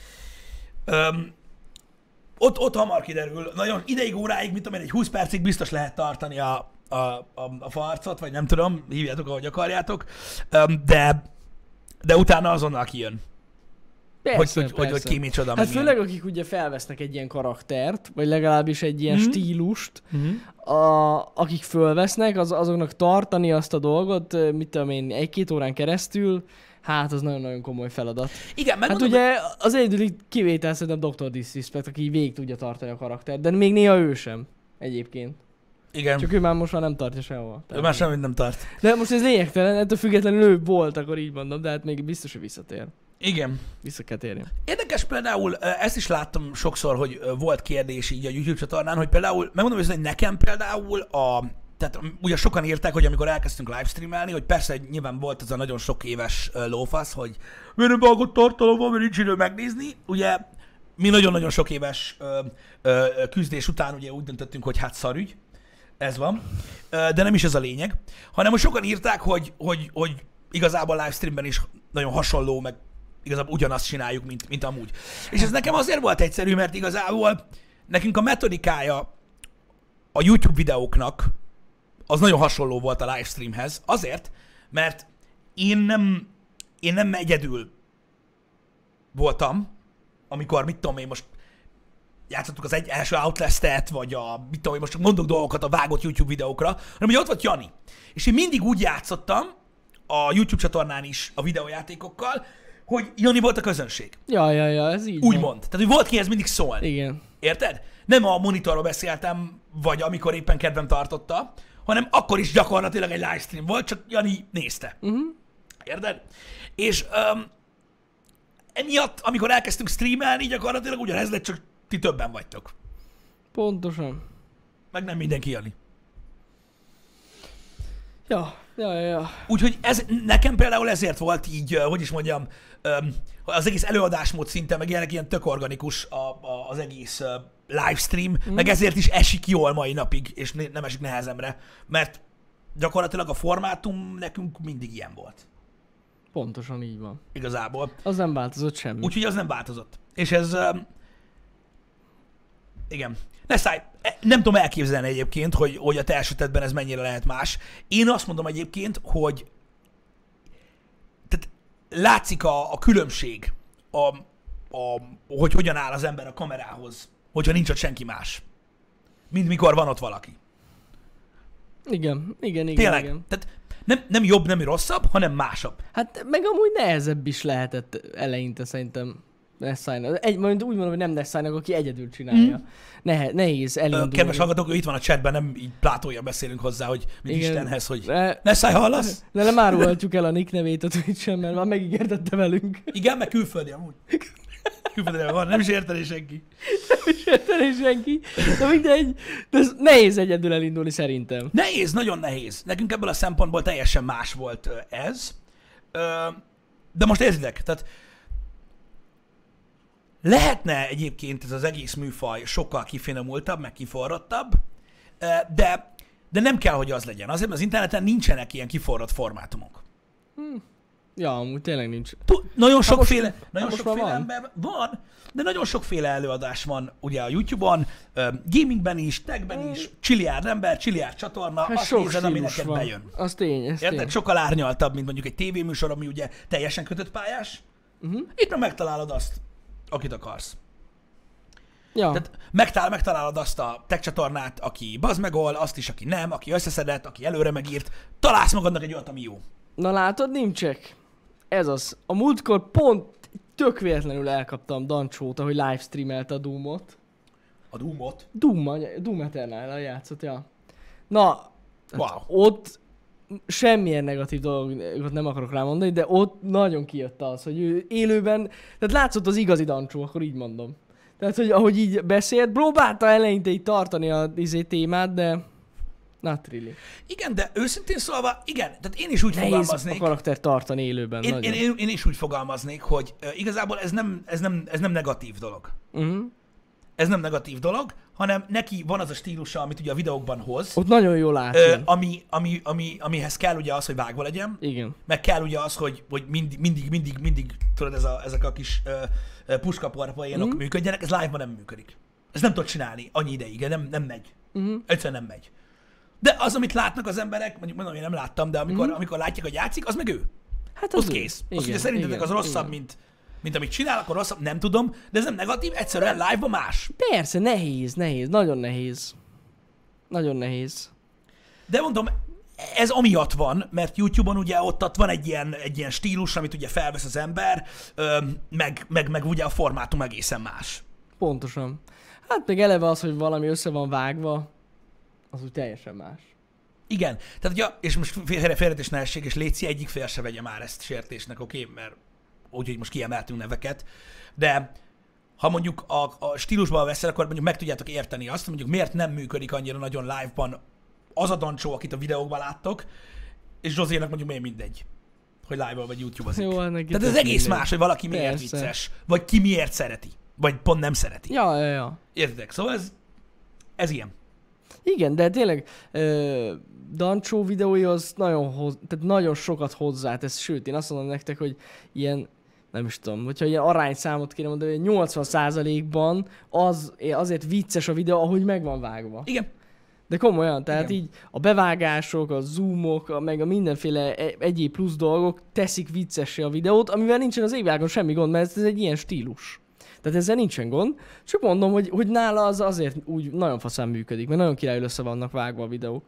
Öm, ott, ott hamar kiderül, nagyon ideig, óráig, mint amely egy húsz percig biztos lehet tartani a, a, a, a farcot, vagy nem tudom, hívjátok, ahogy akarjátok, Öm, de, de utána azonnal kijön. Persze, hogy, hogy, hogy, hogy ki micsoda. Hát főleg milyen. Akik ugye felvesznek egy ilyen karaktert, vagy legalábbis egy ilyen mm-hmm. stílust, mm-hmm. A, akik fölvesznek, az, azoknak tartani azt a dolgot, mit tudom én, egy-két órán keresztül, hát az nagyon-nagyon komoly feladat. Igen, meg hát mondom, ugye az egyedüli kivétel szerintem doktor Disrespect, aki végig tudja tartani a karaktert, de még néha ő sem egyébként. Igen. Csak ő már most már nem tartja sehova. Ő már semmit nem tart. De most ez lényegtelen, ettől függetlenül ő volt, akkor így mondom, de hát még biztos, hogy visszatér. Igen. Vissza kell térni. Érdekes például, ezt is láttam sokszor, hogy volt kérdés így a YouTube csatornán, hogy például, megmondom hogy nekem például a, tehát ugye sokan írták, hogy amikor elkezdtünk livestreamelni, hogy persze nyilván volt ez a nagyon sok éves lófasz, hogy miért nem vágott tartalom van, mert nincs idő megnézni. Ugye mi nagyon-nagyon sok éves ö, ö, küzdés után ugye úgy döntöttünk, hogy hát szarügy, ez van, de nem is ez a lényeg, hanem hogy sokan írták, hogy, hogy, hogy igazából livestreamben is nagyon hasonló, meg igazából ugyanazt csináljuk, mint, mint amúgy. És ez nekem azért volt egyszerű, mert igazából nekünk a metodikája a YouTube videóknak az nagyon hasonló volt a livestreamhez. Azért, mert én nem, én nem egyedül voltam, amikor, mit tudom én, most játszottuk az egy első Outlast-et, vagy a, mit tudom én, most csak mondok dolgokat a vágott YouTube videókra, hanem hogy ott volt Jani. És én mindig úgy játszottam a YouTube csatornán is a videójátékokkal, hogy Jani volt a közönség. Ja, ja, ja, ez így Úgymond. Tehát, hogy volt kihez mindig szólni. Igen. Érted? Nem a monitorról beszéltem, vagy amikor éppen kedvem tartotta, hanem akkor is gyakorlatilag egy livestream volt, csak Jani nézte. Uh-huh. Érted? És um, emiatt, amikor elkezdtünk streamelni, gyakorlatilag ugyanez lett, csak ti többen vagytok. Pontosan. Meg nem mindenki Jani. Ja, ja, ja, ja. Úgyhogy ez, nekem például ezért volt így, hogy is mondjam, az egész előadásmód szinte, meg ilyenek ilyen tök organikus a, a, az egész livestream, mm. meg ezért is esik jól mai napig, és nem esik nehezemre, mert gyakorlatilag a formátum nekünk mindig ilyen volt. Pontosan így van. Igazából. Az nem változott semmi. Úgyhogy az nem változott. És ez... Igen. Ne szállj, nem tudom elképzelni egyébként, hogy, hogy a te esetedben ez mennyire lehet más. Én azt mondom egyébként, hogy tehát látszik a, a különbség, a, a, hogy hogyan áll az ember a kamerához, hogyha nincs ott senki más. Mint mikor van ott valaki. Igen, igen, igen. Tényleg, igen. tehát nem, nem jobb, nem rosszabb, hanem másabb. Hát meg amúgy nehezebb is lehetett eleinte szerintem. Nessájnak. Egy, majd úgy mondom, hogy nem Nessájnak, aki egyedül csinálja. Mm. Nehe, nehéz elindulni. Kedves hallgatók, ő itt van a chatben, nem így plátója beszélünk hozzá, hogy mint igen. Istenhez, hogy ne, Nessáj, hallasz? Ne, nem árulhatjuk el a nick nevét a Twitch-en, mert már megígértette velünk. Igen, meg külföldi amúgy. Külföldi van, nem is érteni senki. Nem is érteni senki. De mindegy, de ez nehéz egyedül elindulni szerintem. Nehéz, nagyon nehéz. Nekünk ebből a szempontból teljesen más volt ez. De most érzitek, tehát lehetne egyébként ez az egész műfaj sokkal kifinomultabb, meg kiforrottabb, de, de nem kell, hogy az legyen. Azért, mert az interneten nincsenek ilyen kiforrott formátumok. Hmm. Ja, amúgy tényleg nincs. Tu, nagyon sokféle, most, nagyon most sokféle van. ember van, de nagyon sokféle előadás van ugye a YouTube-on, gamingben is, techben is, csiliárd ember, csiliárd csatorna, hát azt nézed, ami neked van. bejön. Az tény, ez Érted? tény. Sokkal árnyaltabb, mint mondjuk egy tévéműsor, ami ugye teljesen kötött pályás. Uh-huh. Itt meg megtalálod azt, akit akarsz. Ja. Tehát megtalál, megtalálod azt a tech csatornát, aki bazmegol, azt is, aki nem, aki összeszedett, aki előre megírt. Találsz magadnak egy olyat, ami jó. Na látod, nincsek. Ez az. A múltkor pont tök véletlenül elkaptam Dancsót, ahogy livestreamelte a Doomot. A Doomot? Doom, Doom Eternal-el játszott, ja. Na, wow. ott semmilyen negatív dolgot nem akarok rámondani, de ott nagyon kijött az, hogy ő élőben, tehát látszott az igazi Dancsó, akkor így mondom. Tehát, hogy ahogy így beszélt, próbálta eleinte így tartani a izé témát, de not really. Igen, de őszintén szólva, igen, tehát én is úgy Nehéz fogalmaznék. a karakter tartani élőben. Én, nagyon. én, én, én is úgy fogalmaznék, hogy uh, igazából ez nem, ez, nem, ez nem negatív dolog. Uh-huh. Ez nem negatív dolog, hanem neki van az a stílusa, amit ugye a videókban hoz, Ott nagyon jól látni. ö, ami, ami, ami, amihez kell ugye az, hogy vágva legyen, Igen. meg kell ugye az, hogy, hogy mindig, mindig, mindig, mindig, tudod, ez a, ezek a kis ö, ö, puskaporpoénok Mhm. működjenek, ez live-ban nem működik. Ez nem tud csinálni annyi ideig, nem, nem megy. Uh-huh. Egyszerűen nem megy. De az, amit látnak az emberek, mondjuk mondom, én nem láttam, de amikor, amikor látják, hogy játszik, az meg ő. Hát Az ő. kész. Igen, Az, ugye szerintetek igen, az rosszabb, igen. mint, mint amit csinál, akkor rosszabb, nem tudom, de ez nem negatív, egyszerűen live-ban más. Persze, nehéz, nehéz, nagyon nehéz. Nagyon nehéz. De mondom, ez amiatt van, mert YouTube-on ugye ott, ott van egy ilyen, egy ilyen stílus, amit ugye felvesz az ember, ö, meg, meg, meg ugye a formátum egészen más. Pontosan. Hát még eleve az, hogy valami össze van vágva, az úgy teljesen más. Igen, tehát ugye, és most félre félretés ne essék, és Léci egyik fél se vegye már ezt sértésnek, oké, okay? Mert úgyhogy most kiemeltünk neveket, de ha mondjuk a, a stílusban veszel, akkor mondjuk meg tudjátok érteni azt, hogy mondjuk miért nem működik annyira nagyon live-ban az a Dancsó, akit a videókban láttok, és Zsozénak mondjuk miért mindegy, hogy live-ban vagy YouTube-ozik. Jó, neki Tehát ez tök egész mindegy. más, hogy valaki miért Persze. vicces, vagy ki miért szereti, vagy pont nem szereti. Ja, ja, ja. Értitek? Szóval ez, ez ilyen. Igen, de tényleg ö, Dancsó videói az nagyon, hoz, tehát nagyon sokat hozzátesz, sőt, én azt mondom nektek, hogy ilyen, nem is tudom, hogyha ilyen arányszámot kéne mondani, hogy nyolcvan százalékban az, azért vicces a videó, ahogy meg van vágva. Igen. De komolyan, tehát Igen. így a bevágások, a zoomok, a, meg a mindenféle e- egyéb plusz dolgok teszik viccessé a videót, amivel nincsen az égvilágon semmi gond, mert ez egy ilyen stílus. Tehát ezzel nincsen gond. Csak mondom, hogy, hogy nála az azért úgy nagyon faszán működik, mert nagyon királyul össze vannak vágva a videók.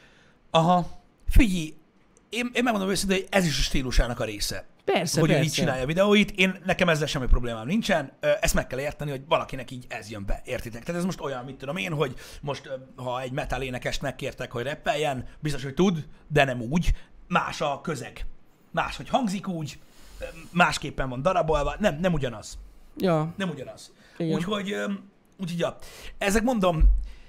Aha. Figyelj, én, én megmondom őszintén, hogy ez is a stílusának a része. Persze, hogy ő persze. így csinálja a videóit. Én, nekem ezzel semmi problémám nincsen. Ö, Ezt meg kell érteni, hogy valakinek így ez jön be, értitek? Tehát ez most olyan, mit tudom én, hogy most ö, ha egy metal énekest megkértek, hogy rappeljen, biztos, hogy tud, de nem úgy. Más a közeg. Más, hogy hangzik úgy, ö, másképpen van darabolva, nem, nem ugyanaz. Ja, Nem ugyanaz. Igen. Úgyhogy, ö, úgyhogy ja. Ezek mondom,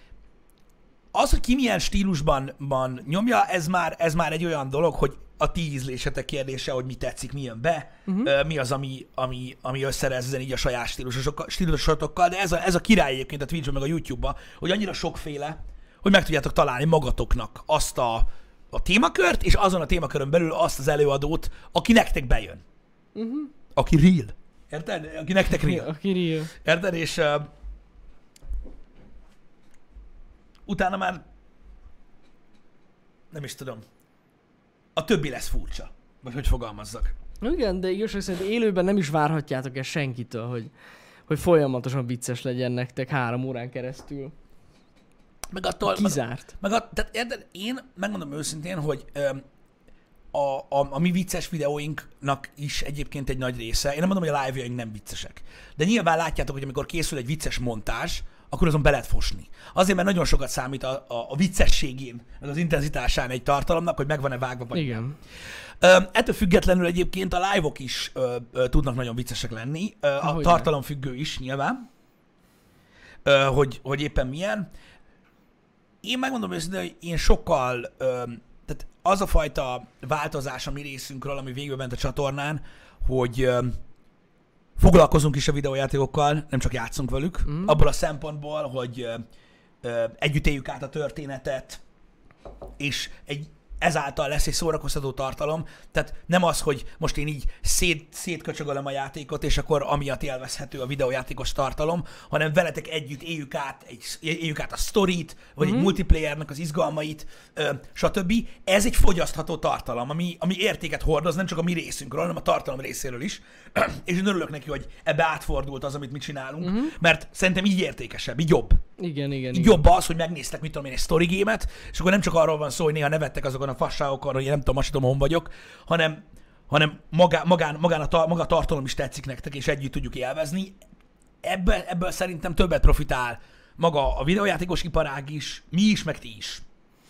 az, hogy ki milyen stílusban van nyomja, ez már, ez már egy olyan dolog, hogy a ti ízlésetek kérdése, hogy mi tetszik, mi jön be, Mhm. uh-huh. mi az, ami, ami, ami összerezzen így a saját stílusosokkal, stílusosokkal, de ez a, ez a király egyébként a Twitch-ben meg a YouTube-ban, hogy annyira sokféle, hogy meg tudjátok találni magatoknak azt a, a témakört, és azon a témakörön belül azt az előadót, aki nektek bejön. Uh-huh. Aki real. Érted? Aki nektek real. A Kirill. Érted? És uh, utána már nem is tudom. A többi lesz furcsa. Vagy hogy fogalmazzak. Igen, de igazság szerint élőben nem is várhatjátok el senkitől, hogy, hogy folyamatosan vicces legyen nektek három órán keresztül. Meg attól... Kizárt. Meg, meg a, tehát érted, én megmondom őszintén, hogy öm, a, a, a mi vicces videóinknak is egyébként egy nagy része. Én nem mondom, hogy a live-jaink nem viccesek. De nyilván látjátok, hogy amikor készül egy vicces montázs, akkor azon be lehet fosni. Azért, mert nagyon sokat számít a, a, a viccességén, meg az intenzitásán egy tartalomnak, hogy meg van-e vágva vagy. Igen. Ö, ettől függetlenül egyébként a live-ok is ö, ö, tudnak nagyon viccesek lenni. Ö, a Ahogy tartalomfüggő is nyilván, ö, hogy, hogy éppen milyen. Én megmondom őszintén, hogy én sokkal, ö, tehát az a fajta változás a mi részünkről, ami végül ment a csatornán, hogy ö, foglalkozunk is a videójátékokkal, nem csak játszunk velük, mm. abból a szempontból, hogy ö, ö, együtt éljük át a történetet, és egy ezáltal lesz egy szórakoztató tartalom, tehát nem az, hogy most én így szét, szétköcsögölöm a játékot, és akkor amiatt élvezhető a videójátékos tartalom, hanem veletek együtt éljük át, egy, éljük át a sztorit, vagy mm-hmm. egy multiplayernek az izgalmait, ö, stb. Ez egy fogyasztható tartalom, ami, ami értéket hordoz, nem csak a mi részünkről, hanem a tartalom részéről is, és én örülök neki, hogy ebbe átfordult az, amit mi csinálunk, mm-hmm. mert szerintem így értékesebb, így jobb. Igen, igen, Így igen. jobb az, hogy megnéztek, mit tudom én, egy story game-et, és akkor nem csak arról van szó, hogy néha nevettek azokon a fasságokon, hogy én nem tudom, most tudom, hon vagyok, hanem, hanem magá, magán, magán a, tar- maga a tartalom is tetszik nektek, és együtt tudjuk élvezni. Ebből, ebből szerintem többet profitál maga a videójátékos iparág is, mi is, meg ti is.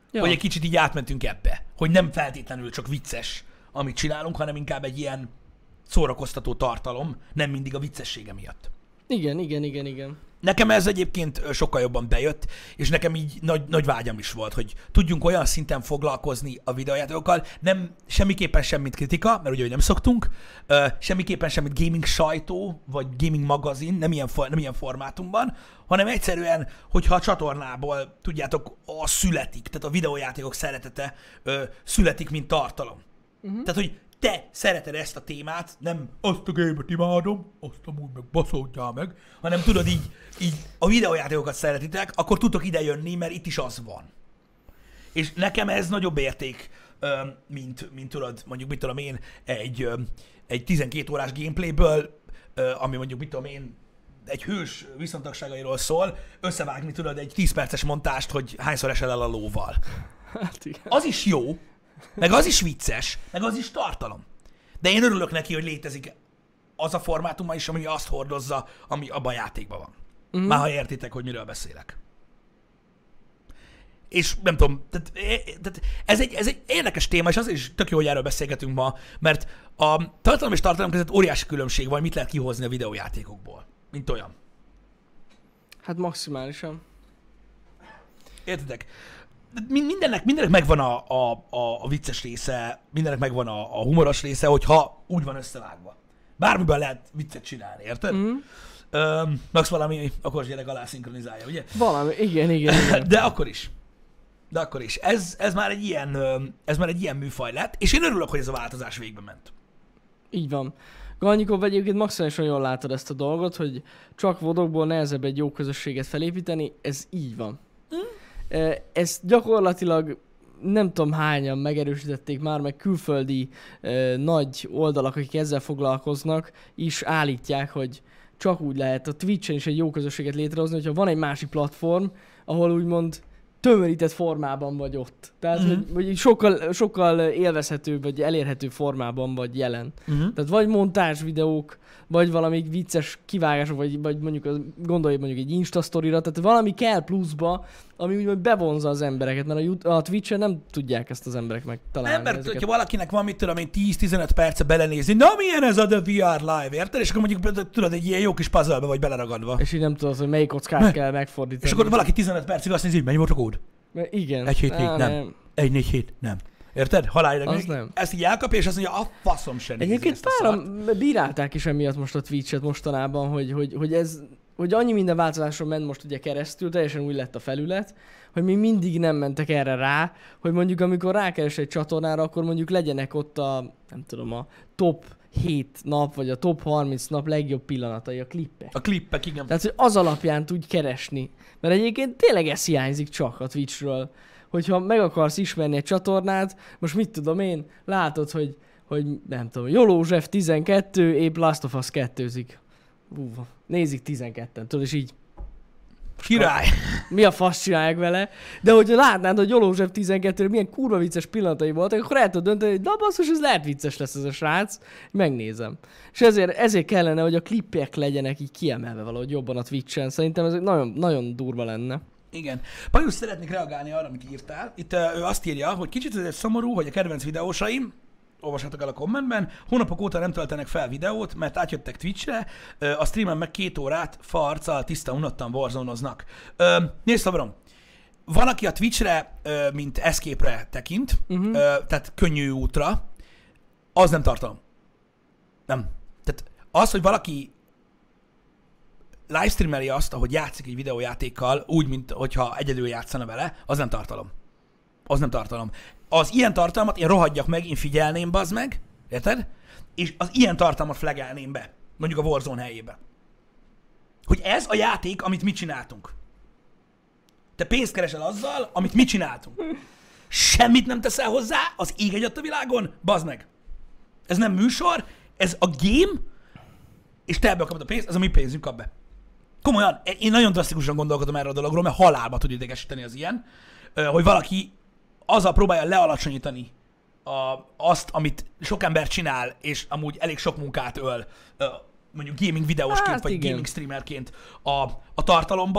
Ja. Hogy egy kicsit így átmentünk ebbe. Hogy nem feltétlenül csak vicces, amit csinálunk, hanem inkább egy ilyen szórakoztató tartalom, nem mindig a viccessége miatt. Igen, igen, igen, igen. Nekem ez egyébként sokkal jobban bejött, és nekem így nagy, nagy vágyam is volt, hogy tudjunk olyan szinten foglalkozni a videójátékokkal, nem semmiképpen semmit kritika, mert ugye hogy nem szoktunk, semmiképpen semmit gaming sajtó, vagy gaming magazin, nem ilyen, nem ilyen formátumban, hanem egyszerűen, hogyha a csatornából, tudjátok, a születik, tehát a videójátékok szeretete születik, mint tartalom. Uh-huh. Tehát, hogy te szereted ezt a témát, nem azt a gémet imádom, azt amúgy meg baszódjál meg, hanem tudod így, így a videójátékokat szeretitek, akkor tudtok ide jönni, mert itt is az van. És nekem ez nagyobb érték, mint, mint tudod, mondjuk mit tudom én, egy, egy tizenkét órás gameplayből, ami mondjuk mit tudom én, egy hős viszontagságairól szól, összevágni tudod egy tíz perces montást, hogy hányszor esel el a lóval. Hát igen. Az is jó, meg az is vicces, meg az is tartalom. De én örülök neki, hogy létezik az a formátuma is, ami azt hordozza, ami abban a játékban van. Mm. Már ha értitek, hogy miről beszélek. És nem tudom, tehát, tehát ez, egy, ez egy érdekes téma, és azért is tök jó, hogy erről beszélgetünk ma, mert a tartalom és tartalom között óriási különbség van, mit lehet kihozni a videójátékokból, mint olyan. Hát maximálisan. Értitek? Mindennek, mindennek megvan a, a, a, a vicces része, mindennek megvan a, a humoros része, hogyha úgy van összevágva. Bármiben lehet viccet csinálni, érted? Mm. Öm, Max valami okos gyerek alá szinkronizálja, ugye? Valami, igen, igen, igen. De akkor is. De akkor is. Ez, ez, már egy ilyen, ez már egy ilyen műfaj lett, és én örülök, hogy ez a változás végbe ment. Így van. Galnyikov, egyébként maximálisan jól látod ezt a dolgot, hogy csak vodokból nehezebb egy jó közösséget felépíteni, ez így van. Mm. Ezt gyakorlatilag nem tudom hányan megerősítették már, meg külföldi eh, nagy oldalak, akik ezzel foglalkoznak, is állítják, hogy csak úgy lehet a Twitchen is egy jó közösséget létrehozni, hogyha van egy másik platform, ahol úgymond tömörített formában vagy ott. Tehát, mm-hmm. hogy, hogy sokkal, sokkal élvezhetőbb, vagy elérhető formában vagy jelen. Mm-hmm. Tehát vagy montázs videók, vagy valami vicces kivágások, vagy, vagy mondjuk gondolj mondjuk egy Insta sztorira, tehát valami kell pluszba, ami úgymond bevonza az embereket, mert a, a Twitch-en nem tudják ezt az emberek megtalálni. Nem, mert ezeket. Hogyha valakinek van, mit tudom én, tíz-tizenöt perce belenézni, na milyen ez a The vé er Live, érted? És akkor mondjuk tudod, egy ilyen jó kis puzzle-be vagy beleragadva. És így nem tudod, hogy melyik kockát ne. kell megfordítani. És akkor valaki tizenöt percig azt nézi, hogy mennyi volt a kód? Igen. egy hét hét, nem. nem. egy négy hét, nem. Érted? Halálilag. Az nem. Ezt így elkapja, és azt mondja, a faszom sem nézi. Egyébként páran bírálták is emiatt most a Twitch-et mostanában, hogy, hogy, hogy ez, hogy annyi minden változáson ment most ugye keresztül, teljesen új lett a felület, hogy még mindig nem mentek erre rá, hogy mondjuk amikor rákeres egy csatornára, akkor mondjuk legyenek ott a, nem tudom, a top hét nap, vagy a top harminc nap legjobb pillanatai, a klippek. A klippek, igen. Tehát, hogy az alapján tudj keresni. Mert egyébként tényleg ez hiányzik csak a Twitchről. Hogyha meg akarsz ismerni egy csatornát, most mit tudom én, látod, hogy, hogy nem tudom, Jolózsef tizenkettő, épp Last of Us kettőzik. Ú, nézik tizenketten, tudod, és így... Király! Mi a fasz csinálják vele? De hogyha látnád, hogy Jolózsef tizenkettő milyen kurva vicces pillanatai voltak, akkor el tudod dönteni, hogy na basszus, ez lehet vicces lesz ez a srác. Megnézem. És ezért, ezért kellene, hogy a klippek legyenek így kiemelve valahogy jobban a Twitch-en. Szerintem ez nagyon, nagyon durva lenne. Igen. Pajus, szeretnék reagálni arra, amit írtál. Itt uh, ő azt írja, hogy kicsit ez szomorú, hogy a kedvenc videósaim, olvashatok el a kommentben, hónapok óta nem töltenek fel videót, mert átjöttek Twitchre, uh, a streamen meg két órát farccal tiszta unottan warzone-oznak. Uh, nézd, Szabrom, van, aki a Twitchre, uh, mint escape-re tekint, uh-huh. uh, tehát könnyű útra, az nem tartalom. Nem. Tehát az, hogy valaki livestreameli azt, ahogy játszik egy videójátékkal, úgy, mint hogyha egyedül játszana vele, az nem tartalom. Az nem tartalom. Az ilyen tartalmat én rohadjak meg, én figyelném, bazd meg, érted? És az ilyen tartalmat flagelném be, mondjuk a Warzone helyébe. Hogy ez a játék, amit mi csináltunk. Te pénzt keresel azzal, amit mi csináltunk. Semmit nem teszel hozzá, az ég egyat a világon, bazd meg. Ez nem műsor, ez a game, és te ebből kapod a pénzt, ez a mi pénzünk, kap be. Komolyan, én nagyon drasztikusan gondolkodom erről a dologról, mert halálba tud idegesíteni az ilyen, hogy valaki azzal próbálja lealacsonyítani a, azt, amit sok ember csinál, és amúgy elég sok munkát öl, mondjuk gaming videósként, hát, vagy igen. gaming streamerként a, a tartalomba,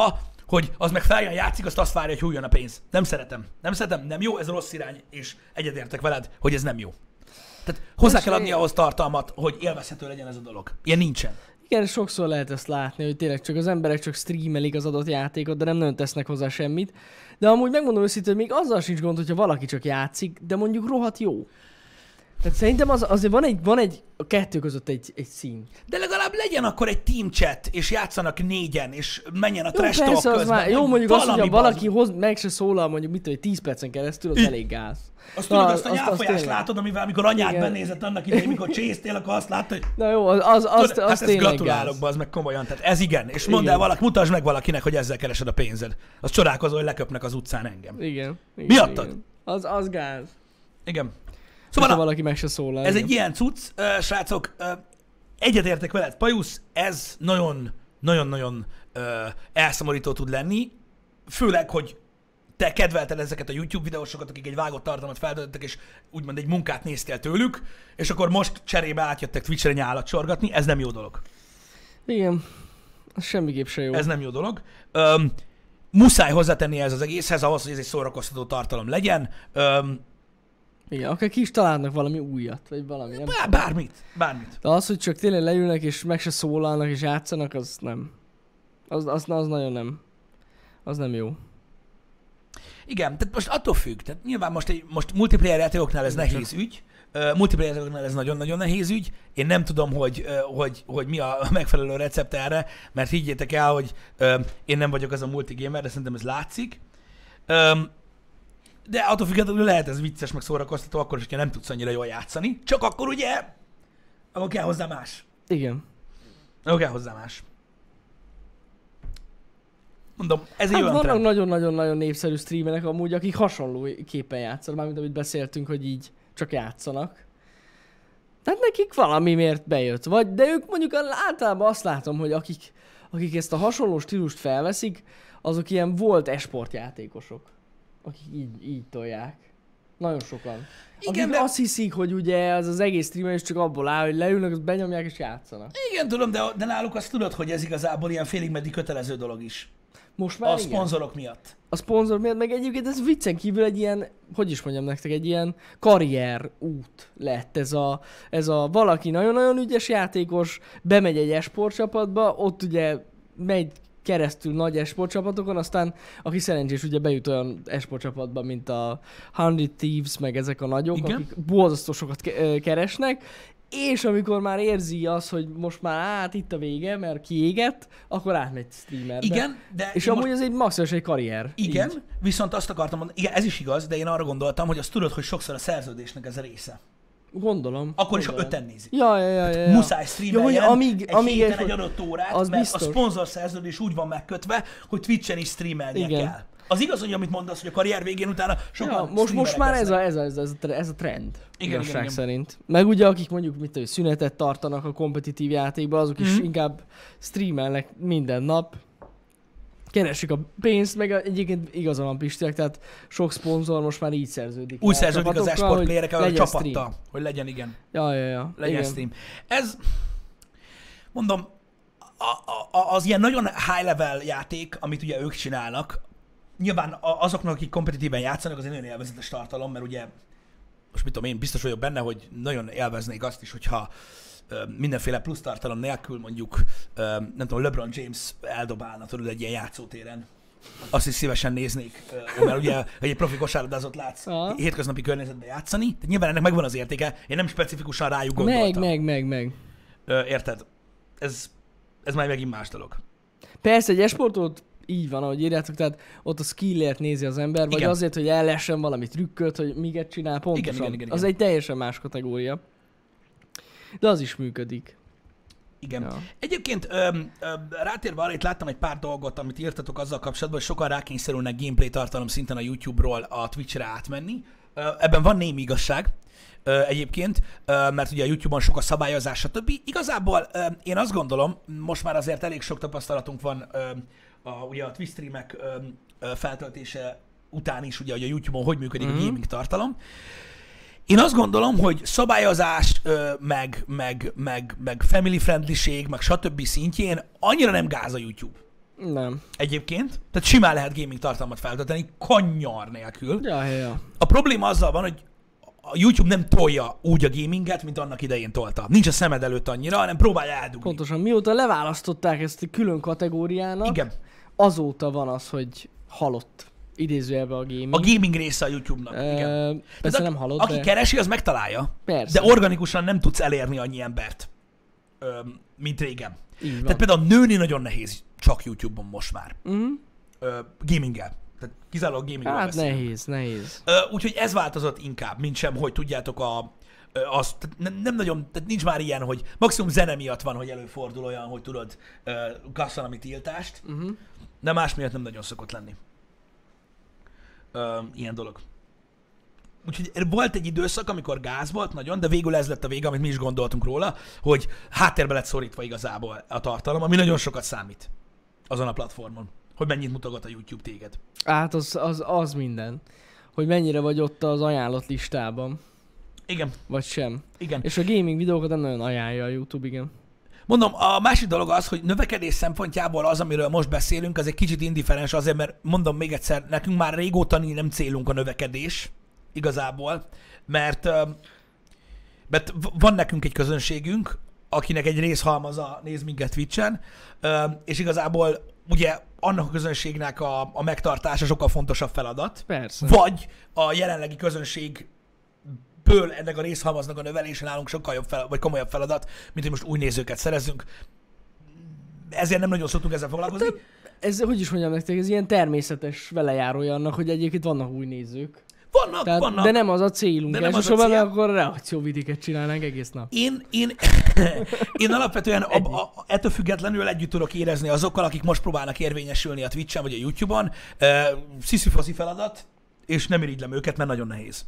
hogy az meg feljön, játszik, azt azt várja, hogy hulljon a pénz. Nem szeretem. Nem szeretem, nem jó, ez rossz irány, és egyetértek veled, hogy ez nem jó. Tehát hozzá kell adni ahhoz tartalmat, hogy élvezhető legyen ez a dolog. Ilyen nincsen. Igen, sokszor lehet ezt látni, hogy tényleg csak az emberek csak streamelik az adott játékot, de nem nagyon tesznek hozzá semmit. De amúgy megmondom őszintén, hogy még azzal sincs gond, hogyha valaki csak játszik, de mondjuk rohadt jó. Tehát szerintem az, azért van egy, van egy, a kettő között egy, egy szín. De legalább legyen akkor egy team chat, és játszanak négyen, és menjen a Jó, trash talk persze, az közben. már, jó, mondjuk azt, Valami hogy valaki bazd- hoz, meg se szólal, mondjuk mit tudom, tíz percen keresztül, az I- elég gáz. Azt tudod, Na, azt a azt- azt nyálfolyást tényleg. látod, amivel amikor anyád Igen. benézett annak idején, mikor csésztél, akkor azt látta, hogy Na jó, az, az, az, tudod, az hát ezt tényleg gratulálok, gáz. bazd meg komolyan. Tehát ez igen. És mondd Igen. el valaki, mutasd meg valakinek, hogy ezzel keresed a pénzed. Az csodálkozó, hogy leköpnek az utcán engem. Igen. igen Miattad? igen. Az, az gáz. Igen. Szóval Szóval na, valaki meg se szólal. ez igen. egy ilyen cucc, uh, srácok. Uh, egyetértek veled, Pajusz, ez nagyon, nagyon-nagyon uh, elszomorító tud lenni. Főleg, hogy te kedvelted ezeket a YouTube videósokat, akik egy vágott tartalmat feltöltöttek, és úgymond egy munkát néztél tőlük, és akkor most cserébe átjöttek Twitch-re nyálat sorgatni, ez nem jó dolog. Igen. Az semmiképp se jó. Ez nem jó dolog. Öm, muszáj hozzátenni ez az egészhez, ahhoz, hogy ez egy szórakoztató tartalom legyen. Öm, Igen, akár ki is találnak valami újat, vagy valami. Nem? bár- bármit, bármit. De az, hogy csak tényleg leülnek, és meg se szólalnak, és játszanak, az nem. Az, az, az nagyon nem. Az nem jó. Igen, tehát most attól függ. Tehát nyilván most, egy, most multiplayer játékoknál ez Igen, nehéz ügy. Uh, multiplayer játékoknál ez nagyon-nagyon nehéz ügy. Én nem tudom, hogy, uh, hogy, hogy mi a megfelelő recept erre, mert higgyétek el, hogy uh, én nem vagyok az a multigamer, de szerintem ez látszik. Um, de attól függetlenül lehet ez vicces, meg szórakoztató, akkor is, hogyha nem tudsz annyira jól játszani. Csak akkor ugye, akkor kell hozzá más. Igen. Akkor kell hozzá más. Mondom, ez egy Hát olyan vannak trend. nagyon-nagyon-nagyon népszerű streamerek amúgy, akik hasonló képen játszanak, mármint amit beszéltünk, hogy így csak játszanak. Tehát nekik valami miért bejött. Vagy, de ők mondjuk általában azt látom, hogy akik, akik ezt a hasonló stílust felveszik, azok ilyen volt esport játékosok. Akik így, így tolják. Nagyon sokan. Igen, akik de- azt hiszik, hogy ugye az az egész streamer is csak abból áll, hogy leülnek, azt benyomják és játszanak. Igen, tudom, de, de náluk azt tudod, hogy ez igazából ilyen félig meddig kötelező dolog is. Most már A igen. szponzorok miatt. A szponzor miatt, meg egyébként ez viccen kívül egy ilyen, hogy is mondjam nektek, egy ilyen karrier út lett ez a, ez a valaki nagyon-nagyon ügyes játékos, bemegy egy esport csapatba, ott ugye megy keresztül nagy esport csapatokon, aztán aki szerencsés ugye bejut olyan esport csapatba, mint a Hundred Thieves, meg ezek a nagyok, Igen. akik borzasztó sokat ke- ö, keresnek, és amikor már érzi az, hogy most már át itt a vége, mert kiégett, akkor átmegy streamerbe. Igen, de És én amúgy most, ez egy maximális egy karrier. igen, Így. viszont azt akartam mondani, igen, ez is igaz, de én arra gondoltam, hogy azt tudod, hogy sokszor a szerződésnek ez a része. Gondolom. Akkor is, ha gondolom. öten nézik. Ja, ja, ja, ja, ja. Muszáj Ja, streameljen hogy amíg, egy amíg héten egy- egy adott órát, az mert biztos. a szponzor szerződés úgy van megkötve, hogy Twitchen is streamelnie Igen. kell. Az igaz, hogy amit mondasz, hogy a karrier végén utána sokan Ja, most, most streamerek már ez lesznek. a, ez, a, ez, a, ez, a, ez a trend. Igen, igazság igen, igen. szerint. Meg ugye akik mondjuk mit tudom, szünetet tartanak a kompetitív játékban, azok is Mhm. inkább streamelnek minden nap. Keresik a pénzt, meg a- egyébként igaza van Pistiek, tehát sok szponzor most már így szerződik. Úgy el szerződik az csapatokkal, esport hogy playerekkel, a legyen stream. csapattal, hogy legyen, igen. Ja, ja, ja. Legyen Igen. stream. Ez, mondom, a, a, az ilyen nagyon high level játék, amit ugye ők csinálnak, nyilván a- azoknak, akik kompetitíven játszanak, az egy nagyon élvezetes tartalom, mert ugye, most mit tudom én, biztos vagyok benne, hogy nagyon élveznék azt is, hogyha ö, mindenféle plusz tartalom nélkül mondjuk, ö, nem tudom, LeBron James eldobálna tudod egy ilyen játszótéren. Azt is szívesen néznék, ö, mert ugye, hogy egy profi kosárlabdázót látsz Aha. hétköznapi környezetben játszani, tehát nyilván ennek megvan az értéke, én nem specifikusan rájuk gondoltam. Meg, meg, meg, meg. Ö, érted? Ez, ez már megint más dolog. Persze, egy esportot így van, ahogy írjátok, tehát ott a skillért nézi az ember, vagy Igen. azért, hogy ellessen valami trükköt, hogy miket csinál, pontosan. igen, igen, Az igen. egy teljesen más kategória. De az is működik. Igen. Ja. Egyébként öm, öm, rátérve arra, itt láttam egy pár dolgot, amit írtatok azzal kapcsolatban, hogy sokan rákényszerülnek gameplay tartalom szinten a YouTube-ról a Twitch-re átmenni. Ö, Ebben van némi igazság ö, egyébként, ö, mert ugye a YouTube-on sok a szabályozás, stb. Igazából ö, én azt gondolom, most már azért elég sok tapasztalatunk van ö, a, ugye a Twitch streamek ö, ö, feltöltése után is, ugye, hogy a YouTube-on hogy működik Mhm. a gaming tartalom. Én azt gondolom, hogy szabályozás, ö, meg, meg, meg, meg family friendlység, meg stb. Szintjén annyira nem gáz a YouTube. Nem. Egyébként. Tehát simán lehet gaming tartalmat feltölteni, kanyar nélkül. Ja, ja, ja. A probléma azzal van, hogy a YouTube nem tolja úgy a gaminget, mint annak idején tolta. Nincs a szemed előtt annyira, hanem próbálja eldugni. Pontosan. Mióta leválasztották ezt a külön kategóriának, Igen. azóta van az, hogy halott idézőjelben a gaming. A gaming része a YouTube-nak. Ö, Igen. persze Tehát nem halott, aki de... keresi, az megtalálja. Persze. De organikusan nem tudsz elérni annyi embert, ö, mint régen. Így van. Tehát például nőni nagyon nehéz csak YouTube-on most már. Uh-huh. Ö, gaminggel. Tehát kizárólag gamingről Hát beszélünk. nehéz, nehéz. Ö, úgyhogy ez változott inkább, mint sem, hogy tudjátok a... ö, Az, tehát nem, nem nagyon, tehát nincs már ilyen, hogy maximum zene miatt van, hogy előfordul olyan, hogy tudod, uh, gastronomi tiltást, Uh-huh. de más miatt nem nagyon szokott lenni. Ö, ilyen dolog. Úgyhogy volt egy időszak, amikor gáz volt nagyon, de végül ez lett a vége, amit mi is gondoltunk róla, hogy háttérbe lett szorítva igazából a tartalom, ami nagyon sokat számít azon a platformon, hogy mennyit mutogat a YouTube téged. Hát az, az, az minden. Hogy mennyire vagy ott az ajánlott listában, Igen, vagy sem. igen. És a gaming videókat nem nagyon ajánlja a YouTube, igen. Mondom, a másik dolog az, hogy növekedés szempontjából az, amiről most beszélünk, az egy kicsit indifferens azért, mert mondom még egyszer, nekünk már régóta nem célunk a növekedés, igazából, mert, ö, mert van nekünk egy közönségünk, akinek egy részhalmaza néz minket Twitchen, ö, és igazából ugye annak a közönségnek a, a megtartása sokkal fontosabb feladat, Persze. vagy a jelenlegi közönség ből ennek a részhalmaznak a növelése nálunk sokkal jobb fel, vagy komolyabb feladat, mint hogy most új nézőket szerezzünk. Ezért nem nagyon szoktunk ezzel foglalkozni. Ez, hogy is mondjam nektek, ez ilyen természetes velejárója annak, hogy egyébként vannak új nézők. Vannak, Tehát, vannak. de nem az a célunk. De nem az a Elsősorban, cél. mert akkor reakcióvidiket csinálnánk egész nap. Én, én, én alapvetően a, a, ettől függetlenül együtt tudok érezni azokkal, akik most próbálnak érvényesülni a Twitchen vagy a YouTube-on. Uh, Sziszi-faszi feladat, és nem irigylem őket, mert nagyon nehéz.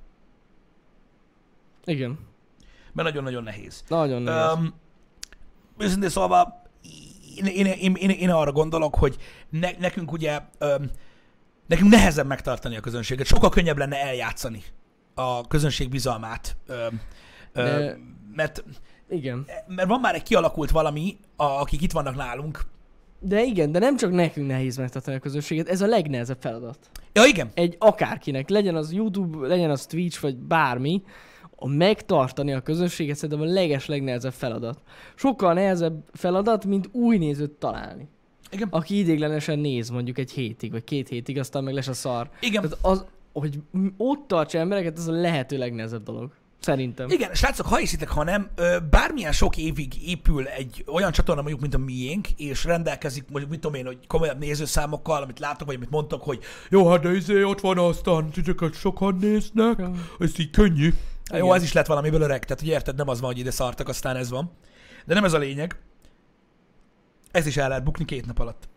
Igen. Mert nagyon-nagyon nehéz. Nagyon nehéz. Um, őszintén szólva, én, én, én, én, én arra gondolok, hogy ne, nekünk ugye, um, nekünk nehezebb megtartani a közönséget. Sokkal könnyebb lenne eljátszani a közönség bizalmát. Um, De... um, mert, Igen. mert van már egy kialakult valami, a, akik itt vannak nálunk. De igen, de nem csak nekünk nehéz megtartani a közönséget, ez a legnehezebb feladat. Ja, igen. Egy akárkinek, legyen az YouTube, legyen az Twitch, vagy bármi, a megtartani a közönséget szerintem a leges legnehezebb feladat. Sokkal nehezebb feladat, mint új nézőt találni. Igen. Aki idéglenesen néz mondjuk egy hétig, vagy két hétig, aztán meg lesz a szar. Igen. Tehát az, hogy ott tartsa embereket, ez a lehető legnehezebb dolog. Szerintem. Igen, srácok, ha hiszitek, ha nem, ö, bármilyen sok évig épül egy olyan csatorna mondjuk, mint a miénk, és rendelkezik, mondjuk mit tudom én, hogy komolyabb nézőszámokkal, amit látok, vagy amit mondtok, hogy jó, hát de izé, ott van aztán, titeket sokan néznek, Ja. ez így könnyű. Igen. Jó, ez is lett valamiből öreg, tehát hogy érted, nem az van, hogy ide szartak, aztán ez van. De nem ez a lényeg. Ez is el lehet bukni két nap alatt.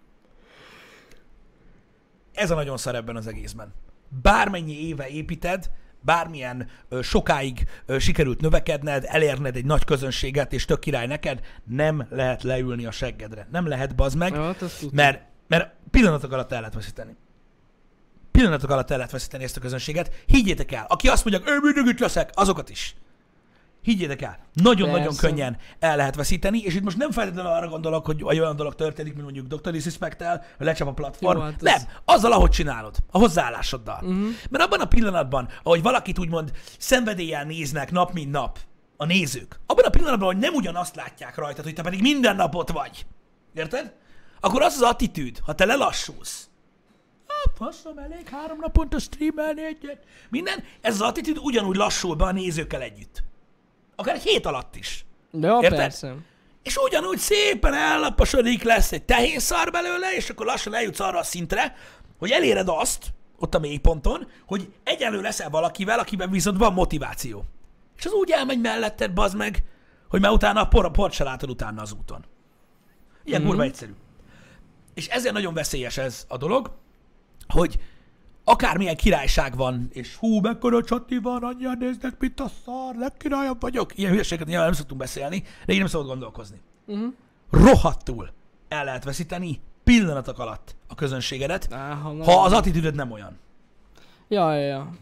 Ez a nagyon szar ebben az egészben. Bármennyi éve építed, bármilyen ö, sokáig ö, sikerült növekedned, elérned egy nagy közönséget, és tök király neked, nem lehet leülni a seggedre. Nem lehet, bazd meg, Ja, hát azt tudtam. mert, mert pillanatok alatt el lehet veszíteni. Pillanatok alatt el lehet veszíteni ezt a közönséget. Higgyétek el, aki azt mondja, ő mindig itt leszek, azokat is. Higgyétek el, nagyon-nagyon Persze. könnyen el lehet veszíteni, és itt most nem feltétlenül arra gondolok, hogy egy olyan dolog történik, mint mondjuk doktor Disrespect-tel, hogy lecsap a platform. Jó, hát nem, ez- azzal, ahogy csinálod, a hozzáállásoddal. Uh-huh. Mert abban a pillanatban, ahogy valakit úgymond szenvedéllyel néznek nap, mint nap a nézők, abban a pillanatban, hogy nem ugyanazt látják rajtad, hogy te pedig minden nap ott vagy. Érted? Akkor az az attitűd, ha te lelassulsz, ah, faszom, elég három naponta streamelni egyet. Minden, ez az attitűd ugyanúgy lassul be a nézőkkel együtt. Akár egy hét alatt is. Ja, Érted? persze. És ugyanúgy szépen ellaposodik, lesz egy tehénszar belőle, és akkor lassan eljutsz arra a szintre, hogy eléred azt, ott a mélyponton, hogy egyenlő leszel valakivel, akiben viszont van motiváció. És az úgy elmegy melletted, bazd meg, hogy már utána a por, a port se látod utána az úton. Ilyen Mhm. kurva egyszerű. És ezért nagyon veszélyes ez a dolog, hogy akármilyen királyság van, és hú, mekkora csati van, annyian néznek, mint a szar, legkirályabb vagyok. Ilyen hülyeséget nyilván nem szoktunk beszélni, de így nem szabad gondolkozni. Uh-huh. Rohadtul el lehet veszíteni pillanatok alatt a közönségedet, Á, ha, na- ha az attitűdöd nem olyan. Ja, ja, ja.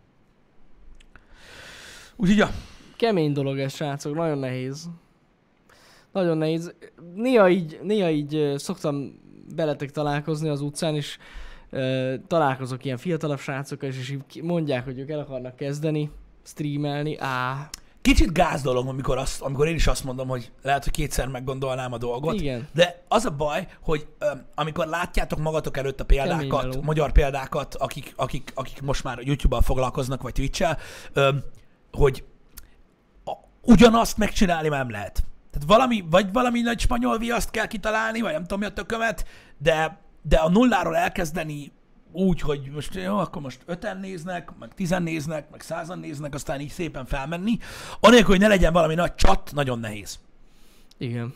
Úgyhogy, ja. Kemény dolog ez, srácok, nagyon nehéz. Nagyon nehéz. Néha így, néha így ö, szoktam beletek találkozni az utcán, és ö, találkozok ilyen fiatalabb srácokkal, és, és így mondják, hogy ők el akarnak kezdeni, streamelni, á. Kicsit gáz dolog, amikor, azt, amikor én is azt mondom, hogy lehet, hogy kétszer meggondolnám a dolgot. Igen. De az a baj, hogy öm, amikor látjátok magatok előtt a példákat, magyar példákat, akik, akik, akik most már YouTube-bal foglalkoznak, vagy Twitch-el, öm, hogy a, ugyanazt megcsinálni nem lehet. Tehát valami, vagy valami nagy spanyol viaszt kell kitalálni, vagy nem tudom mi a tökömet, de, de a nulláról elkezdeni úgy, hogy most jó, akkor most öten néznek, meg tizen néznek, meg százan néznek, aztán így szépen felmenni. Anélkül, hogy ne legyen valami nagy csat, nagyon nehéz. Igen.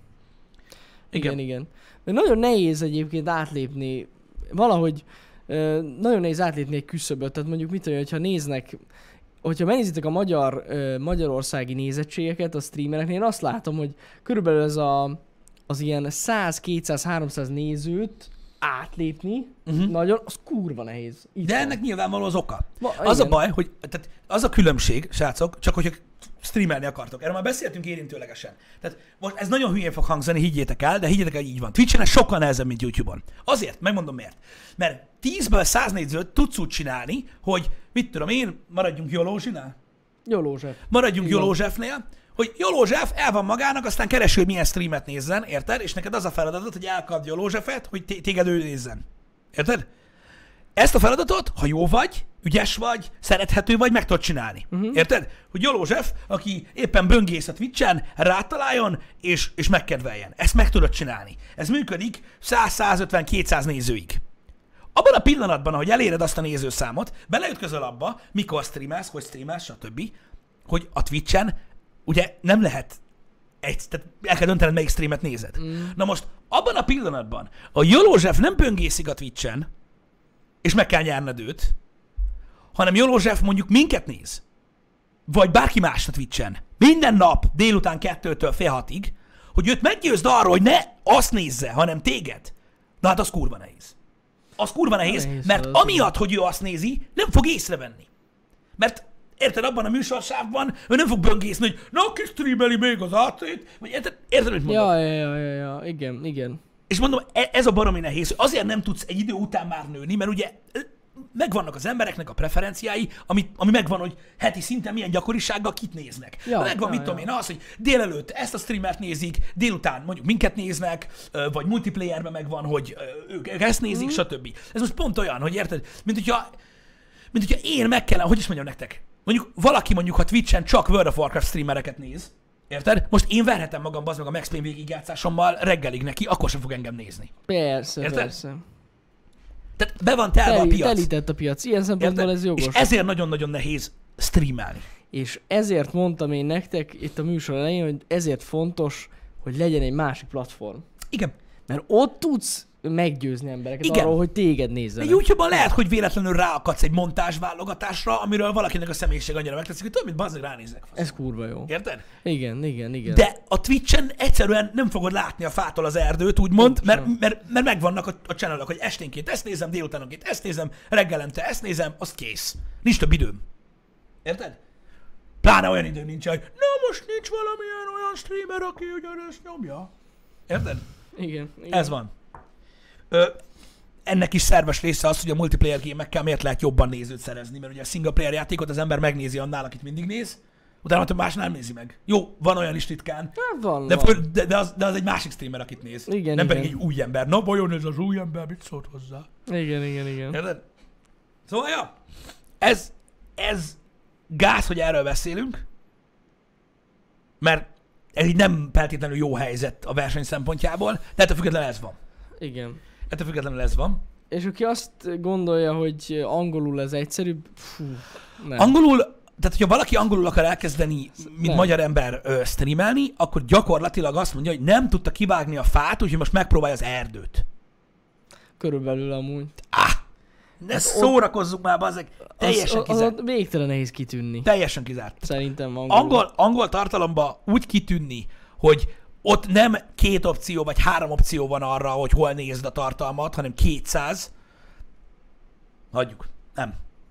Igen, igen. igen. De nagyon nehéz egyébként átlépni, valahogy ö, nagyon nehéz átlépni egy küszöböt, tehát mondjuk mit tudom, hogyha néznek, hogyha megnézitek a magyar, ö, magyarországi nézettségeket a streamereknél, én azt látom, hogy körülbelül ez a, az ilyen száz, kétszáz, háromszáz nézőt átlépni, uh-huh. nagyon, az kurva nehéz. Itt de van. ennek nyilvánvaló az oka. Ma, az igen. a baj, hogy tehát az a különbség, srácok, csak hogyha streamelni akartok. Erről már beszéltünk érintőlegesen. Tehát most ez nagyon hülyén fog hangzani, higgyétek el, de higgyétek el, hogy így van. Twitchen ez sokkal nehezebb, mint YouTube-on. Azért, megmondom miért. Mert tízből száz nézőt tudsz úgy csinálni, hogy mit tudom én, maradjunk Jolózsinál? Jolózsef. Maradjunk Igen. Jolózsefnél, hogy Jolózsef el van magának, aztán keresi, hogy milyen streamet nézzen, érted? És neked az a feladatod, hogy elkapd Jolózsefet, hogy té- téged ő nézzen. Érted? Ezt a feladatot, ha jó vagy, ügyes vagy, szerethető vagy, meg tudod csinálni. Uh-huh. Érted? Hogy Jolózsef, aki éppen böngész a Twitchen, rátaláljon és, és megkedveljen. Ezt meg tudod csinálni. Ez működik száz, százötven, kétszáz nézőig. Abban a pillanatban, ahogy eléred azt a nézőszámot, beleütközöl abba, mikor streamelsz, hogy streamelsz, stb., hogy a Twitchen ugye nem lehet egy, tehát el kell döntened, melyik streamet nézed. Mm. Na most abban a pillanatban a Jolózsef nem böngészik a Twitchen, és meg kell nyerned őt, hanem Jolózsef mondjuk minket néz, vagy bárki más a Twitchen, minden nap délután kettőtől fél hatig, hogy őt meggyőzd arról, hogy ne azt nézze, hanem téged. Na hát az kurva nehéz. Az kurva nehéz, nehéz mert az amiatt, hogy ő azt nézi, nem fog észrevenni. Mert érted, abban a műsorsávban ő nem fog böngészni, hogy na, ki streameli még az átét, vagy érted, érted, mit mondom? Ja, ja, ja, ja, ja, igen, igen. És mondom, e- ez a baromi nehéz, hogy azért nem tudsz egy idő után már nőni, mert ugye megvannak az embereknek a preferenciái, ami, ami megvan, hogy heti szinten milyen gyakorisággal kit néznek. Ja, megvan, ja, mit tudom ja. én, az, hogy délelőtt ezt a streamert nézik, délután mondjuk minket néznek, vagy multiplayerben megvan, hogy ők ezt nézik, mm. stb. Ez most pont olyan, hogy érted, mint hogyha, mint hogyha én meg kellene, hogy is mondjam nektek, mondjuk valaki mondjuk, ha Twitchen csak World of Warcraft streamereket néz, érted? Most én verhetem magam bazd meg a Max Payne végigjátszásommal reggelig neki, akkor sem fog engem nézni. Persze, Érted? persze. Tehát be van telve Teli, a piac. telített a piac. Ilyen szempontból Érted? ez jogos. És ezért nagyon-nagyon nehéz streamelni. És ezért mondtam én nektek itt a műsor elején, hogy ezért fontos, hogy legyen egy másik platform. Igen. Mert ott tudsz meggyőzni embereket Igen. arról, hogy téged nézzenek. Egy YouTube-ban lehet, hogy véletlenül ráakadsz egy montázs válogatásra, amiről valakinek a személyiség annyira megtetszik, hogy tudod, mint bazdmeg ránéznek. Ez kurva jó. Érted? Igen, igen, igen. De a Twitchen egyszerűen nem fogod látni a fától az erdőt, úgymond, mert, mert, mert megvannak a, a channelok, hogy esténként ezt nézem, délutánonként ezt nézem, reggelente ezt nézem, az kész. Nincs több időm. Érted? Pláne olyan időm nincs, hogy na most nincs valamilyen olyan streamer, aki ugyanezt nyomja. Érted? Igen, igen. Ez van. Ö, ennek is szerves része az, hogy a multiplayer gémekkel miért lehet jobban nézőt szerezni, mert ugye a single player játékot az ember megnézi annál, akit mindig néz, utána több más nem nézi meg. Jó, van olyan is ritkán, Hát van, de, van. föl, de, de, az, de az egy másik streamer, akit néz. Igen, nem igen. pedig egy új ember. Na, vajon ez az új ember mit szólt hozzá? Igen, igen, igen. Érted? Szóval, ja, ez, ez gáz, hogy erről beszélünk, mert ez így nem feltétlenül jó helyzet a verseny szempontjából, de ettől függetlenül ez van. Igen. Ettől függetlenül ez van. És aki azt gondolja, hogy angolul ez egyszerűbb, fú, nem. Angolul, tehát hogyha valaki angolul akar elkezdeni, mint Nem. magyar ember ö, streamelni, akkor gyakorlatilag azt mondja, hogy nem tudta kivágni a fát, úgyhogy most megpróbálja az erdőt. Körülbelül amúgy. Ah! Ne Hát szórakozzunk már, bazzeg! Teljesen az, az, kizárt. az végtelen nehéz kitűnni. Teljesen kizárt. Szerintem angolul. Angol, angol tartalomba úgy kitűnni, hogy ott nem két opció, vagy három opció van arra, hogy hol nézd a tartalmat, hanem kétszáz. Hagyjuk. Nem.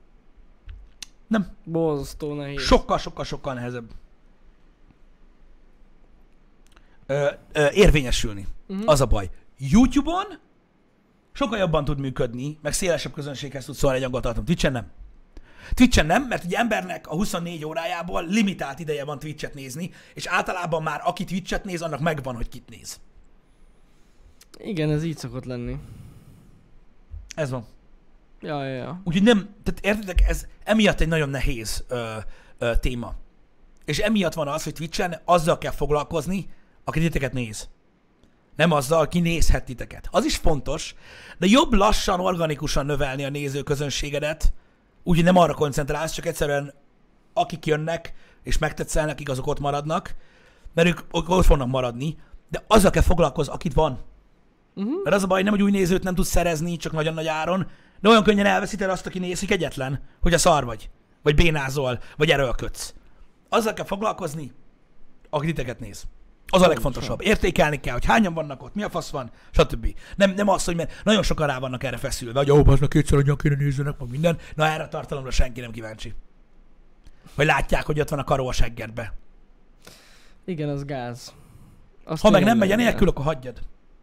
Nem. Borzasztó nehéz. Sokkal, sokkal, sokkal nehezebb. Ö, ö, érvényesülni. Uh-huh. Az a baj. YouTube-on sokkal jobban tud működni, meg szélesebb közönséghez tud szólni egy angoltartalom. Twitch-en nem. Twitch-en nem, mert ugye embernek a huszonnégy órájából limitált ideje van Twitch-et nézni, és általában már aki Twitch-et néz, annak megvan, hogy kit néz. Igen, ez így szokott lenni. Ez van. Ja, ja, ja. Úgyhogy nem, tehát értitek, ez emiatt egy nagyon nehéz ö, ö, téma. És emiatt van az, hogy Twitch-en azzal kell foglalkozni, aki titeket néz. Nem azzal, aki nézhet titeket. Az is fontos, de jobb lassan, organikusan növelni a nézőközönségedet, úgyhogy nem arra koncentrálsz, csak egyszerűen akik jönnek, és megtetszel nekik, azok ott maradnak, mert ők ott fognak maradni, de azzal kell foglalkozni, akit van. Uh-huh. Mert az a baj, nem, hogy új nézőt nem tudsz szerezni, csak nagyon nagy áron, de olyan könnyen elveszíted azt, aki nézik egyetlen, hogy a szar vagy, vagy bénázol, vagy erőlködsz. Azzal kell foglalkozni, aki titeket néz. Az a legfontosabb. Értékelni kell, hogy hányan vannak ott, mi a fasz van, stb. Nem, nem az, hogy mert nagyon sokan rá vannak erre feszülve, hogy ó, baznak kétszer annyian kéne nézőnek, meg minden. Na erre a tartalomra senki nem kíváncsi. Vagy látják, hogy ott van a karó a seggedbe. Igen, az gáz. Azt ha meg nem megy nélkül, akkor hagyjad.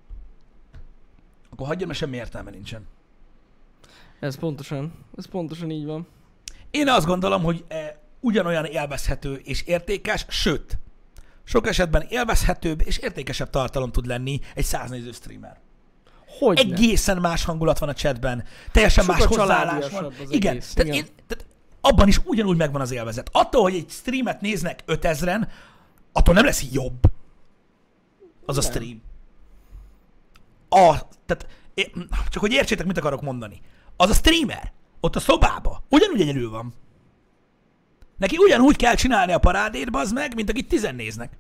Akkor hagyjad, mert semmi értelme nincsen. Ez pontosan, ez pontosan így van. Én azt gondolom, hogy e, ugyanolyan élvezhető és értékes, sőt, sok esetben élvezhetőbb és értékesebb tartalom tud lenni egy száznéző streamer. Hogyne? Egészen más hangulat van a chatben, teljesen Sokkal más hozzáállás van. Igen, egész, tehát igen. Én, tehát abban is ugyanúgy megvan az élvezet. Attól, hogy egy streamet néznek ötezren, attól nem lesz jobb az a Nem. stream. A, tehát, é- csak hogy értsétek, mit akarok mondani. Az a streamer ott a szobába ugyanúgy egyedül van. Neki ugyanúgy kell csinálni a parádét, bazd meg, mint akit tizen néznek.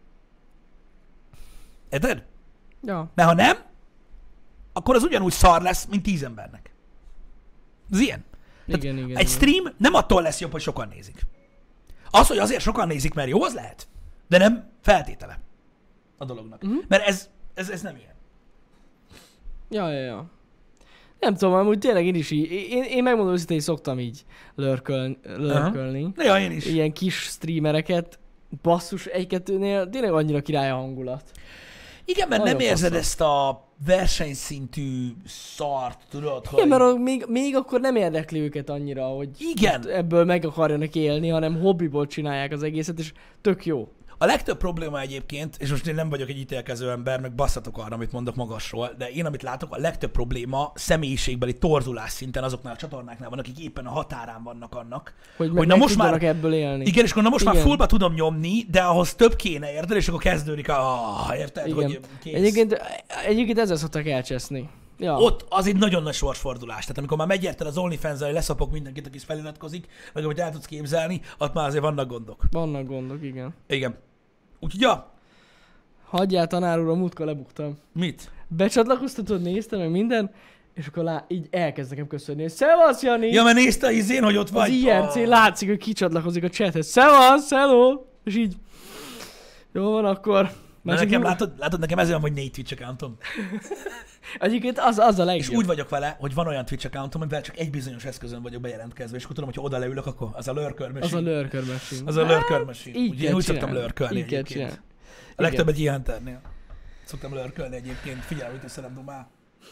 Érted? Ja. Mert ha nem, akkor az ugyanúgy szar lesz, mint tíz embernek. Ez ilyen. Tehát Igen, igen, egy igen. stream nem attól lesz jobb, hogy sokan nézik. Az, hogy azért sokan nézik, mert jó, az lehet. De nem feltétele a dolognak. Mhm. Mert ez, ez, ez nem ilyen. Ja, ja, ja. Nem tudom, amúgy tényleg én is így, én, én megmondom őszintén, hogy szoktam így lörköl, lörkölni. Ja, én is. Ilyen kis streamereket, basszus, egy-kettőnél tényleg annyira király a hangulat. Igen, mert Nagyon nem érzed faszom. ezt a versenyszintű szart, tudod, hogy... Igen, mert a- még, még akkor nem érdekli őket annyira, hogy Igen. ebből meg akarjanak élni, hanem hobbiból csinálják az egészet, és tök jó. A legtöbb probléma egyébként, és most én nem vagyok egy ítélkező ember, meg basszatok arra, amit mondok magasról, de én, amit látok, a legtöbb probléma személyiségbeli torzulás szinten azoknál a csatornáknál van, akik éppen a határán vannak annak. Hogy, Hogy hogy na meg most már- tudjanak ebből élni. Igen, és akkor na most már Igen. fullba tudom nyomni, de ahhoz több kéne, érted? És akkor kezdődik a... Ah, érted? Igen. Hogy kész. Egyébként, egyébként ezzel szoktak elcseszni. Ja. Ott az egy nagyon nagy sorsfordulás. Tehát amikor már megy érted az OnlyFans-el, hogy leszapok mindenkit, aki feliratkozik, meg amit el tudsz képzelni, ott már azért vannak gondok. Vannak gondok, igen. Igen. Úgyhogy ja, Hagyjál, tanár úr, a múltkor lebuktam. mit? Becsatlakoztatod, néztem meg minden, és akkor lá- így elkezd nekem köszönni. Szevasz, Jani! Ja, mert nézte a izén, hogy ott az vagy. i er cé Ah. látszik, hogy kicsatlakozik a chathez. Szevasz, hello! És így... Jó van akkor. Mert Már nekem, csak- látod, látod, nekem ezért van, hogy négy Twitch accountom. Egyébként az, az a legjobb. És úgy vagyok vele, hogy van olyan Twitch accountom, amivel csak egy bizonyos eszközön vagyok bejelentkezve, és akkor tudom, hogy oda leülök, akkor az a lurker machine. Az a lurker machine. Az a lurker machine. így Ugye kell én úgy szoktam csinálni. lurkölni Így kell egyébként. csinálni. A legtöbbet ilyen hunternél. Szoktam lurkölni egyébként. Figyelj, hogy össze nem dumál.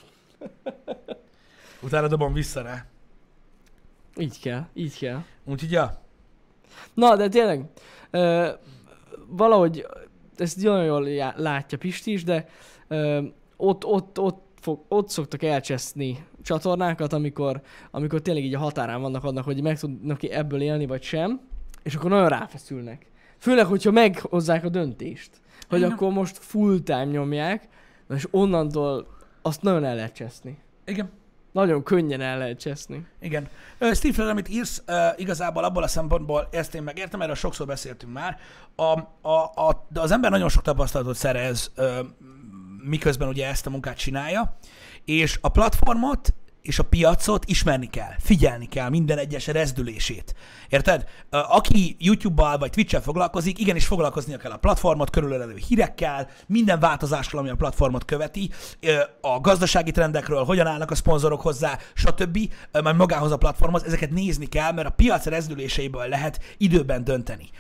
Utána dobom vissza rá. Így kell, így kell. Úgyhogy ja. Na, de tényleg, ö, valahogy ezt nagyon jól já- látja Pisti is, de ö, ott, ott, ott, fog, ott szoktak elcseszni csatornákat, amikor, amikor tényleg így a határán vannak annak, hogy meg tudnak ebből élni, vagy sem, és akkor nagyon ráfeszülnek. Főleg, hogyha meghozzák a döntést, hogy Igen. akkor most full time nyomják, na és onnantól azt nagyon el lehet cseszni. Igen. Nagyon könnyen el lehet cseszni. Igen. Ö, Steve, amit írsz, uh, igazából abból a szempontból ezt én megértem, erről sokszor beszéltünk már. A, a, a, de az ember nagyon sok tapasztalatot szerez, uh, miközben ugye ezt a munkát csinálja, és a platformot és a piacot ismerni kell, figyelni kell minden egyes rezdülését. Érted? Uh, aki YouTube-bal vagy Twitch-el foglalkozik, igenis foglalkoznia kell a platformot, körülölelő hírekkel, minden változással, ami a platformot követi, uh, a gazdasági trendekről, hogyan állnak a szponzorok hozzá, stb. Uh, majd magához a platformhoz, ezeket nézni kell, mert a piac rezdüléseiből lehet időben dönteni.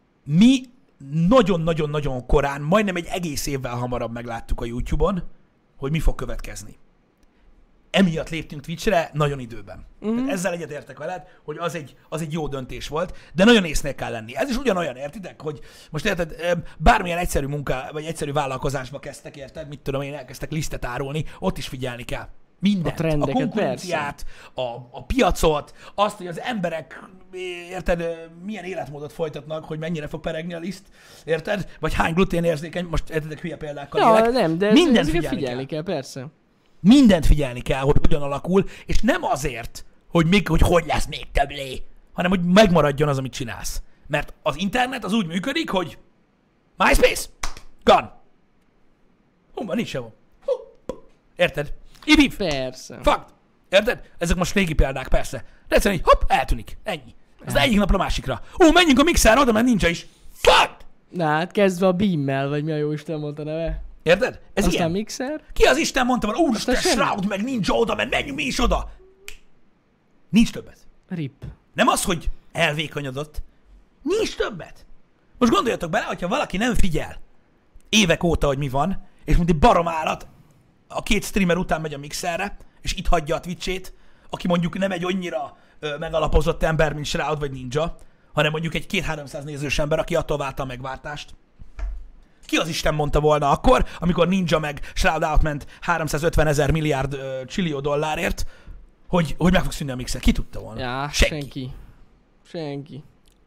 Mi nagyon-nagyon-nagyon korán, majdnem egy egész évvel hamarabb megláttuk a YouTube-on, hogy mi fog következni. Emiatt léptünk Twitchre nagyon időben. Mhm. Tehát ezzel egyetértek veled, hogy az egy, az egy jó döntés volt, de nagyon észnél kell lenni. Ez is ugyanolyan, értitek, hogy most érted, ö, bármilyen egyszerű munka, vagy egyszerű vállalkozásba kezdtek, érted, mit tudom én, elkezdtek lisztet árulni, ott is figyelni kell. Mindent. A trendeket, a konkurenciát, a, a piacot, azt, hogy az emberek, érted, ö, milyen életmódot folytatnak, hogy mennyire fog peregni a liszt, érted? Vagy hány gluténérzékeny, most értedek hülye példákkal Ja, élek. nem, de ez, Mindent ezeket figyelni, figyelni kell. kell. persze. Mindent figyelni kell, hogy hogyan alakul, és nem azért, hogy még, hogy, hogy lesz még több lé, hanem hogy megmaradjon az, amit csinálsz. Mert az internet az úgy működik, hogy MySpace, gone. Hú, van, nincs sehol. Hú. Érted? Ibiv. Persze. Fakt. Érted? Ezek most régi példák, persze. De egyszerűen így, hopp, eltűnik. Ennyi. Az Ja. egyik napra a másikra. Ó, menjünk a mixerre oda, mert nincs is. Fakt! Na hát kezdve a Beammel, vagy mi a jó Isten mondta neve. Érted? Ez Aztán ilyen. mixer. Ki az Isten mondta volna, úristen, Aztán semmi. Shroud, meg nincs oda, mert menjünk mi is oda. Nincs többet. Rip. Nem az, hogy elvékonyodott. Nincs többet. Most gondoljatok bele, hogyha valaki nem figyel évek óta, hogy mi van, és mint egy barom állat a két streamer után megy a mixerre, és itt hagyja a Twitch-ét, aki mondjuk nem egy annyira ö, megalapozott ember, mint Shroud vagy Ninja, hanem mondjuk egy két-háromszáz nézős ember, aki attól várta a megváltást. Ki az Isten mondta volna akkor, amikor Ninja meg Shroud átment háromszázötven ezer milliárd ö, csillió dollárért, hogy, hogy meg fog szűnni a mixer? Ki tudta volna? Já, Senki. senki. Senki.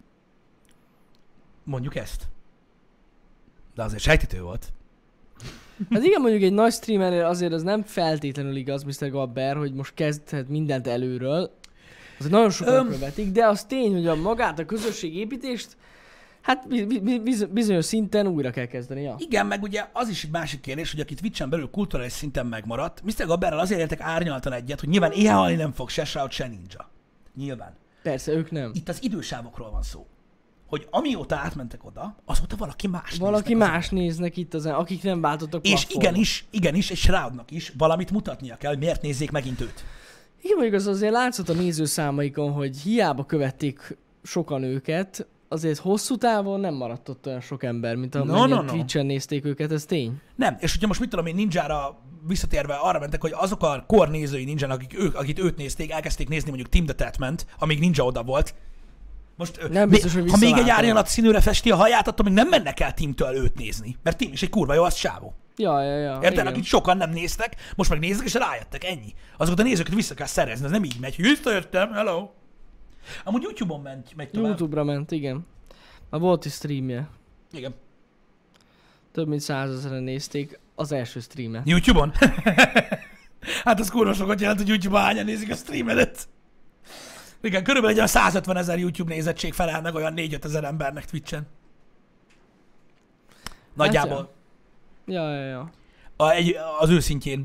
Mondjuk ezt. De azért sejtető volt. Hát igen, mondjuk egy nagy streamernél azért az nem feltétlenül igaz, miszter Gabber, hogy most kezdhet mindent előről. Az nagyon sokan Öm. követik, de az tény, hogy a magát, a közösségépítést, hát bi- bi- biz- bizonyos szinten újra kell kezdeni, ja. Igen, meg ugye az is egy másik kérdés, hogy aki Twitch-en belül kulturális szinten megmaradt, miszter Gabberrel azért értek árnyaltan egyet, hogy nyilván éjjel nem fog se Shroud, se Ninja. Nyilván. Persze, ők nem. Itt az idősávokról van szó. Hogy amióta átmentek oda, azóta valaki más Valaki néznek az más néznek itt, az, akik nem váltottak És platformot. igenis, igenis, és Shroudnak is valamit mutatnia kell, hogy miért nézzék megint őt. Igen, mondjuk az azért látszott a nézőszámaikon, hogy hiába követték sokan őket, azért hosszú távon nem maradt ott olyan sok ember, mint No, amennyien no, no. Twitch-en nézték őket, ez tény. Nem, és hogyha most mit tudom én Ninjára visszatérve arra mentek, hogy azok a core nézői Ninjának, akik, ők, akit őt nézték, elkezdték nézni mondjuk Team Deathmatch, amíg Ninja oda volt. Most, ö, Nem mi- biztos, hogy ha még egy visszaváltanak. árnyalat színűre festi a haját, attól még nem mennek el Teamtől őt nézni. Mert Team is egy kurva jó, az sávó. Ja, ja, ja. Érted? igen. Akit sokan nem néztek, most meg néznek és rájöttek, ennyi. Azokat a nézőket vissza kell szerezni, ez nem így megy. Visszajöttem, hello. Amúgy YouTube-on megy, megy tovább. YouTube-ra ment, igen. A volt is streamje. Igen. Több mint százezeren nézték az első streamet. YouTube-on? Hát az kurva sokat jelent, hogy YouTube-on hányan nézik a streamedet. Igen, körülbelül egy olyan százötven ezer YouTube nézettség felel meg olyan négy-öt ezer embernek Twitch-en. Nagyjából. Hát, ja, ja, ja. A, egy, az őszintjén.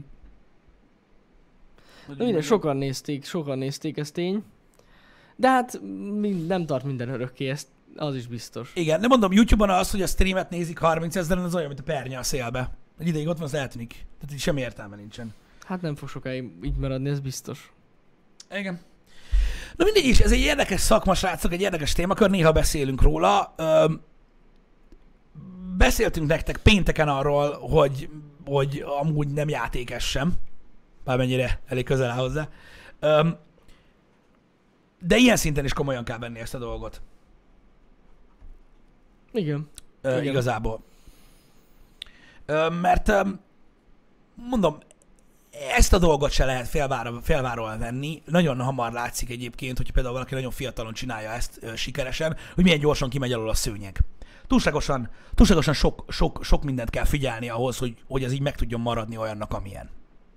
De minden, sokan nézték, sokan nézték, ez tény. De hát mind, nem tart minden örökké, ez az is biztos. Igen, de mondom, YouTube-on az, hogy a streamet nézik harminc ezeren, az olyan, mint a pernya a szélbe. Egy ideig ott van, az eltűnik. Tehát így semmi értelme nincsen. Hát nem fog sokáig így maradni, ez biztos. Igen. Na mindegy is, ez egy érdekes szakma, srácok, egy érdekes témakör, néha beszélünk róla. Öm, beszéltünk nektek pénteken arról, hogy, hogy amúgy nem játékes sem, bármennyire elég közel áll hozzá. Öm, de ilyen szinten is komolyan kell venni ezt a dolgot. Igen. Ö, Igen. igazából. Ö, mert ö, mondom, ezt a dolgot se lehet félvára, félváról venni. Nagyon hamar látszik egyébként, hogy például valaki nagyon fiatalon csinálja ezt ö, sikeresen, hogy milyen gyorsan kimegy alól a szőnyeg. Túlságosan, túlságosan sok, sok, sok mindent kell figyelni ahhoz, hogy, hogy ez így meg tudjon maradni olyannak, amilyen.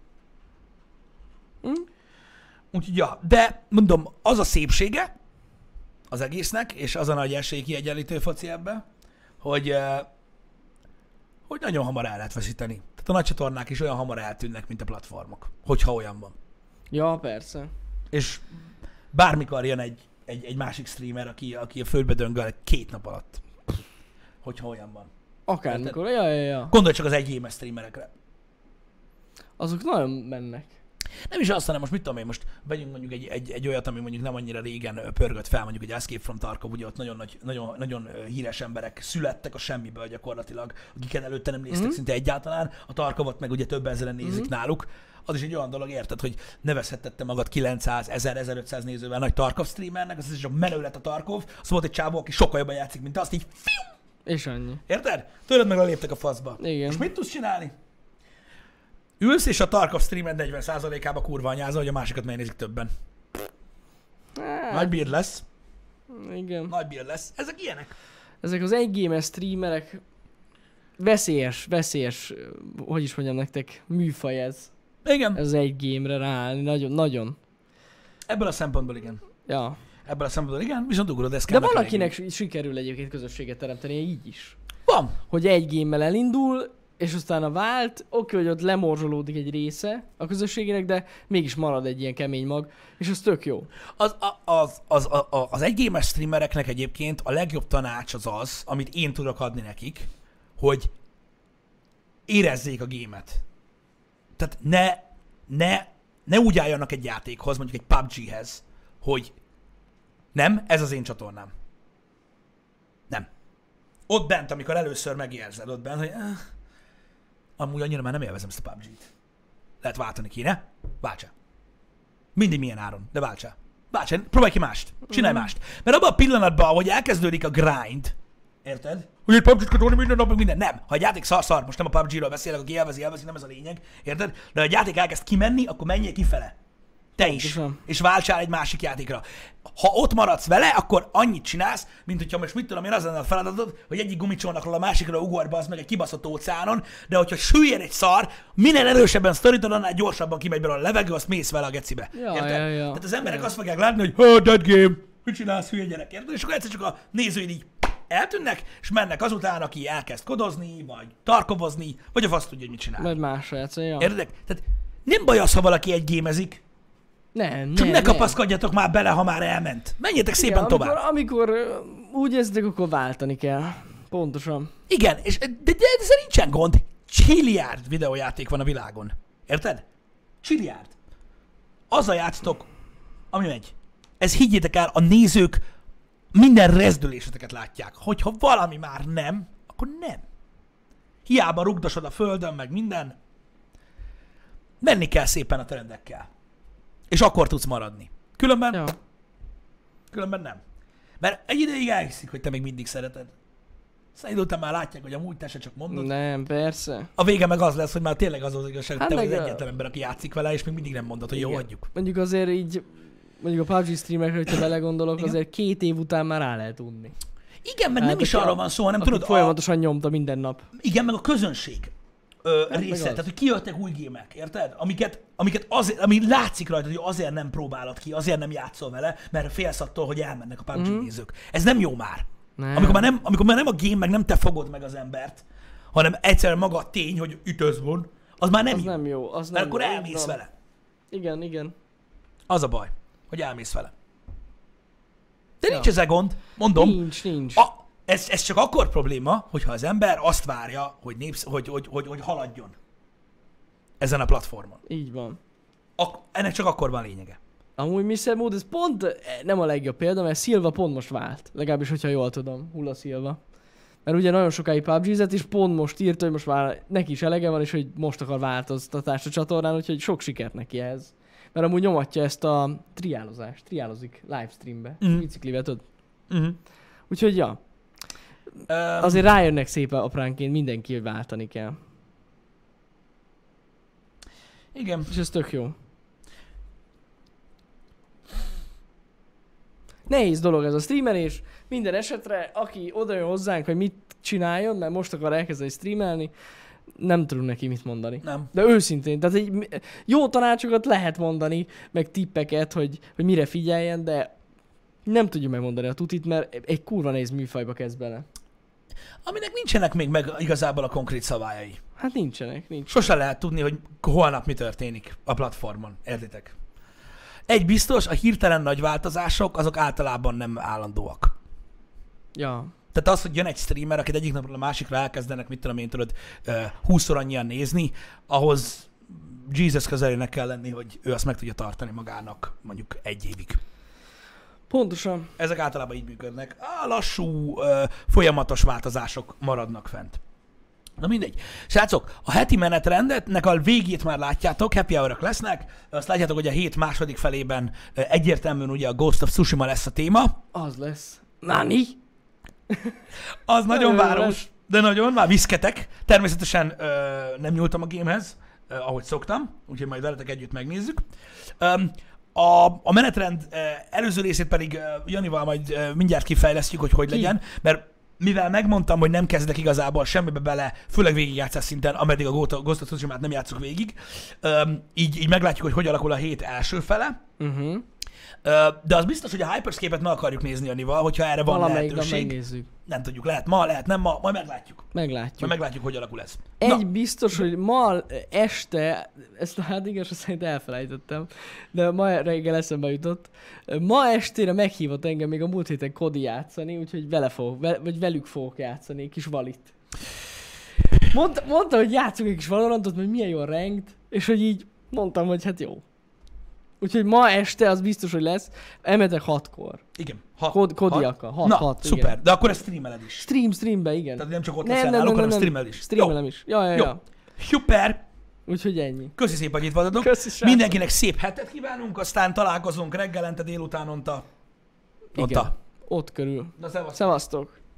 Hm? Úgyhogy ja, de mondom, az a szépsége az egésznek, és az a nagy esély kiegyenlítő foci ebbe, hogy, eh, hogy nagyon hamar el lehet veszíteni. Tehát a nagy csatornák is olyan hamar eltűnnek, mint a platformok, hogyha olyan van. Ja, persze. És bármikor jön egy, egy, egy másik streamer, aki, aki a földbe döngöl két nap alatt, hogyha olyan van. Akármikor, ja, ja, ja. Gondolj csak az egy émes streamerekre. Azok nagyon mennek. Nem is azt, hanem most mit tudom én, most vegyünk mondjuk egy, egy, egy olyat, ami mondjuk nem annyira régen pörgött fel, mondjuk egy Escape from Tarkov, ugye ott nagyon, nagy, nagyon, nagyon híres emberek születtek a semmiből gyakorlatilag, akiket előtte nem néztek mm-hmm. szinte egyáltalán, a Tarkovot meg ugye több ezeren nézik mm-hmm. náluk. Az is egy olyan dolog, érted, hogy nevezhette magad kilencszáz, ezer, ezerötszáz nézővel nagy Tarkov streamernek, az is a menő lett a Tarkov, az volt egy csávó, aki sokkal jobban játszik, mint azt, így fiu! És annyi. Érted? Tőled meg leléptek a faszba. Igen. És mit tudsz csinálni? Ülsz, és a Tarkov streamed negyven százalékába kurva anyázol, hogy a másikat megnézik többen. Hát, Nagy bírd lesz. igen. Nagy bírd lesz. Ezek ilyenek. Ezek az egygames streamerek veszélyes, veszélyes, hogy is mondjam nektek, műfaj ez. Igen. Ez az egy game-re ráállni, nagyon, nagyon. Ebből a szempontból igen. Ja. Ebből a szempontból igen, viszont ugrod, ez De van, akinek sikerül egyébként közösséget teremteni, így is. Van. Hogy egy game-mel elindul, és aztán a vált, oké, hogy ott lemorzsolódik egy része a közösségének, de mégis marad egy ilyen kemény mag, és az tök jó. Az, az, az, az, az egygames streamereknek egyébként a legjobb tanács az az, amit én tudok adni nekik, hogy érezzék a gémet. Tehát ne, ne, ne úgy álljanak egy játékhoz, mondjuk egy pé u bé gé-hez, hogy nem, ez az én csatornám. Nem. Ott bent, amikor először megérzed, ott bent, hogy eh, amúgy annyira már nem élvezem ezt a pé u bé gét. Lehet váltani kéne? Váltsál. Mindig milyen áron, de váltsál. Váltsál, próbálj ki mást. Csinálj mm. mást. Mert abban a pillanatban, ahogy elkezdődik a grind, érted? Hogy egy pé u bé gét kell tolni minden nap, meg minden. Nem. Ha egy játék szar-szar, most nem a pé u bé gé-ről beszélek, aki élvezi, élvezi, nem ez a lényeg, érted? De ha egy játék elkezd kimenni, akkor menjél kifele. Te is. Pontosan. És váltsál egy másik játékra. Ha ott maradsz vele, akkor annyit csinálsz, mint hogyha most mit tudom én, az lenne a feladatod, hogy egyik gumicsónakról a másikra ugorj az meg egy kibaszott óceánon, de hogyha süllyed egy szar, minél erősebben sztorítod, annál gyorsabban kimegy belőle a levegő, azt mész vele a gecibe. Ja, érted? ja, ja. Tehát az emberek ja. azt fogják látni, hogy oh, dead game, mit csinálsz, hülye gyerek, érted? És akkor egyszer csak a nézőid így eltűnnek, és mennek azután, aki elkezd kodozni, vagy tarkovozni, vagy a fasz tudja, hogy mit csinál. Vagy másra játszani, ja. Érted? Tehát nem baj az, ha valaki egy gémezik, Nem, csak nem, ne nem. kapaszkodjatok már bele, ha már elment. Menjetek szépen Igen, tovább. amikor, amikor ö, úgy érzitek, akkor váltani kell. Pontosan. Igen, és de, de, de ezzel nincsen gond. Csilliárd videójáték van a világon. Érted? Csilliárd. Azzal játsztok, ami megy. Ez higgyétek el, a nézők minden rezdüléseteket látják. Hogyha valami már nem, akkor nem. Hiába rugdosod a földön, meg minden. Menni kell szépen a trendekkel. És akkor tudsz maradni. Különben, Ja. különben nem. Mert egy ideig elhiszik, hogy te még mindig szereted. Szerintem után már látják, hogy amúgy te se csak mondod. Nem, persze. A vége meg az lesz, hogy már tényleg az az igazság, hogy Hát te vagy az meg a- egyetlen ember, aki játszik vele, és még mindig nem mondod, hogy jó, Igen. hagyjuk. Mondjuk azért így, mondjuk a pé u bé gé streamerre, hogyha belegondolok, Igen. azért két év után már rá lehet unni. Igen, meg Hát, nem is hogyha- arról van szó, hanem Aki tudod, a, folyamatosan nyomta minden nap. igen, meg a közönség ö, meg része. az. Tehát, hogy kijöttek új gémek, érted? Amiket, amiket azért, ami látszik rajta, hogy azért nem próbálod ki, azért nem játszol vele, mert félsz attól, hogy elmennek a pé u bé gé Mhm. nézők. Ez nem jó már. Nem. Amikor már, nem, amikor már nem a game, meg nem te fogod meg az embert, hanem egyszerűen maga a tény, hogy itt ez van, az már nem Az jó. nem jó, az nem Mert akkor jó. elmész Így van. vele. Igen, igen. Az a baj, hogy elmész vele. De Ja. nincs ezzel gond, mondom. Nincs, nincs. A, ez, ez csak akkor probléma, hogyha az ember azt várja, hogy, népsz, hogy, hogy, hogy, hogy haladjon ezen a platformon. Így van. Ak- ennek csak akkor van lényege. Amúgy mister Mood, ez pont eh, nem a legjobb példa, mert Silva pont most vált. Legalábbis, hogyha jól tudom. Hula Silva. Mert ugye nagyon sokáig pé u bé gé-zett, és pont most írt, hogy most már neki is elege van, és hogy most akar változtatást a csatornán, úgyhogy sok sikert neki ehhez. Mert amúgy nyomatja ezt a triálozást. Triálozik livestreambe. Mhm. Mm. Biciklivel, tudod. Uh-huh. Úgyhogy ja. Um, Azért rájönnek szépen apránként mindenki, hogy váltani kell. igen. És ez tök jó. Nehéz dolog ez a streamelés. Minden esetre, aki oda jön hozzánk, hogy mit csináljon, mert most akar elkezdeni streamelni, nem tudunk neki mit mondani. Nem. De őszintén, tehát egy, jó tanácsokat lehet mondani, meg tippeket, hogy, hogy mire figyeljen, de nem tudjuk megmondani a tutit, mert egy kurva nehéz műfajba kezd bele. Aminek nincsenek még meg igazából a konkrét szabályai. Hát nincsenek, nincs. Sose lehet tudni, hogy holnap mi történik a platformon. Értitek? Egy biztos, a hirtelen nagy változások, azok általában nem állandóak. Ja. Tehát az, hogy jön egy streamer, akit egyik napról a másikra elkezdenek, mit tudom én, tudod, húszszor annyian nézni, ahhoz Jesus közelének kell lenni, hogy ő azt meg tudja tartani magának mondjuk egy évig. Pontosan. Ezek általában így működnek. A lassú, folyamatos változások maradnak fent. Na mindegy. Srácok, a heti menetrendetnek a végét már látjátok, happy hour-ok lesznek. Azt látjátok, hogy a hét második felében egyértelműen ugye a Ghost of Tsushima lesz a téma. Az lesz. Nani? Az nagyon Nagyon város, lesz. de nagyon, már viszketek. Természetesen ö, nem nyúltam a gamehez, ö, ahogy szoktam, úgyhogy majd veletek együtt megnézzük. Öm, A, a menetrend uh, előző részét pedig uh, Janival majd uh, mindjárt kifejlesztjük, hogy hogy Ki? legyen, mert mivel megmondtam, hogy nem kezdek igazából semmibe bele, főleg végigjátszás szinten, ameddig a Ghost of Tsushima-t nem játszok végig, um, így, így meglátjuk, hogy hogy alakul a hét első fele. Uh-huh. Uh, de az biztos, hogy a Hyperscape-et meg akarjuk nézni Janival, hogyha erre van Valamelyikben lehetőség. megnézzük. Nem tudjuk, lehet ma, lehet nem ma, majd meglátjuk. Meglátjuk. Majd meglátjuk, hogy alakul ez. Egy Na, biztos, hogy ma este, ezt hát igaz, szerint elfelejtettem, de ma reggel eszembe jutott. Ma estére meghívott engem még a múlt héten Kodi játszani, úgyhogy vele fog, ve, vagy velük fogok játszani, egy kis valit. Mondta, mondta, hogy játszunk egy kis Valorantot, hogy milyen jó a ranked, és hogy így mondtam, hogy hát jó. Úgyhogy ma este az biztos, hogy lesz, elmetek hatkor. igen. Hat, Kod, Kodiakkal, hat, Na, hat, szuper. igen. De akkor ezt streameled is. Stream, streambe, igen. Tehát nem csak ott Nem, leszel nem, náluk, nem, hanem nem, streameled is. Streamelem is. Ja, ja, Jó. ja. Szuper. Úgyhogy ennyi. Köszi szépen, hogy itt voltatok. Köszi, srácok. Mindenkinek szép hetet kívánunk, aztán találkozunk reggelente, délutánonta. Igen. Onta. Ott körül. Na, szevasz. Szevasztok.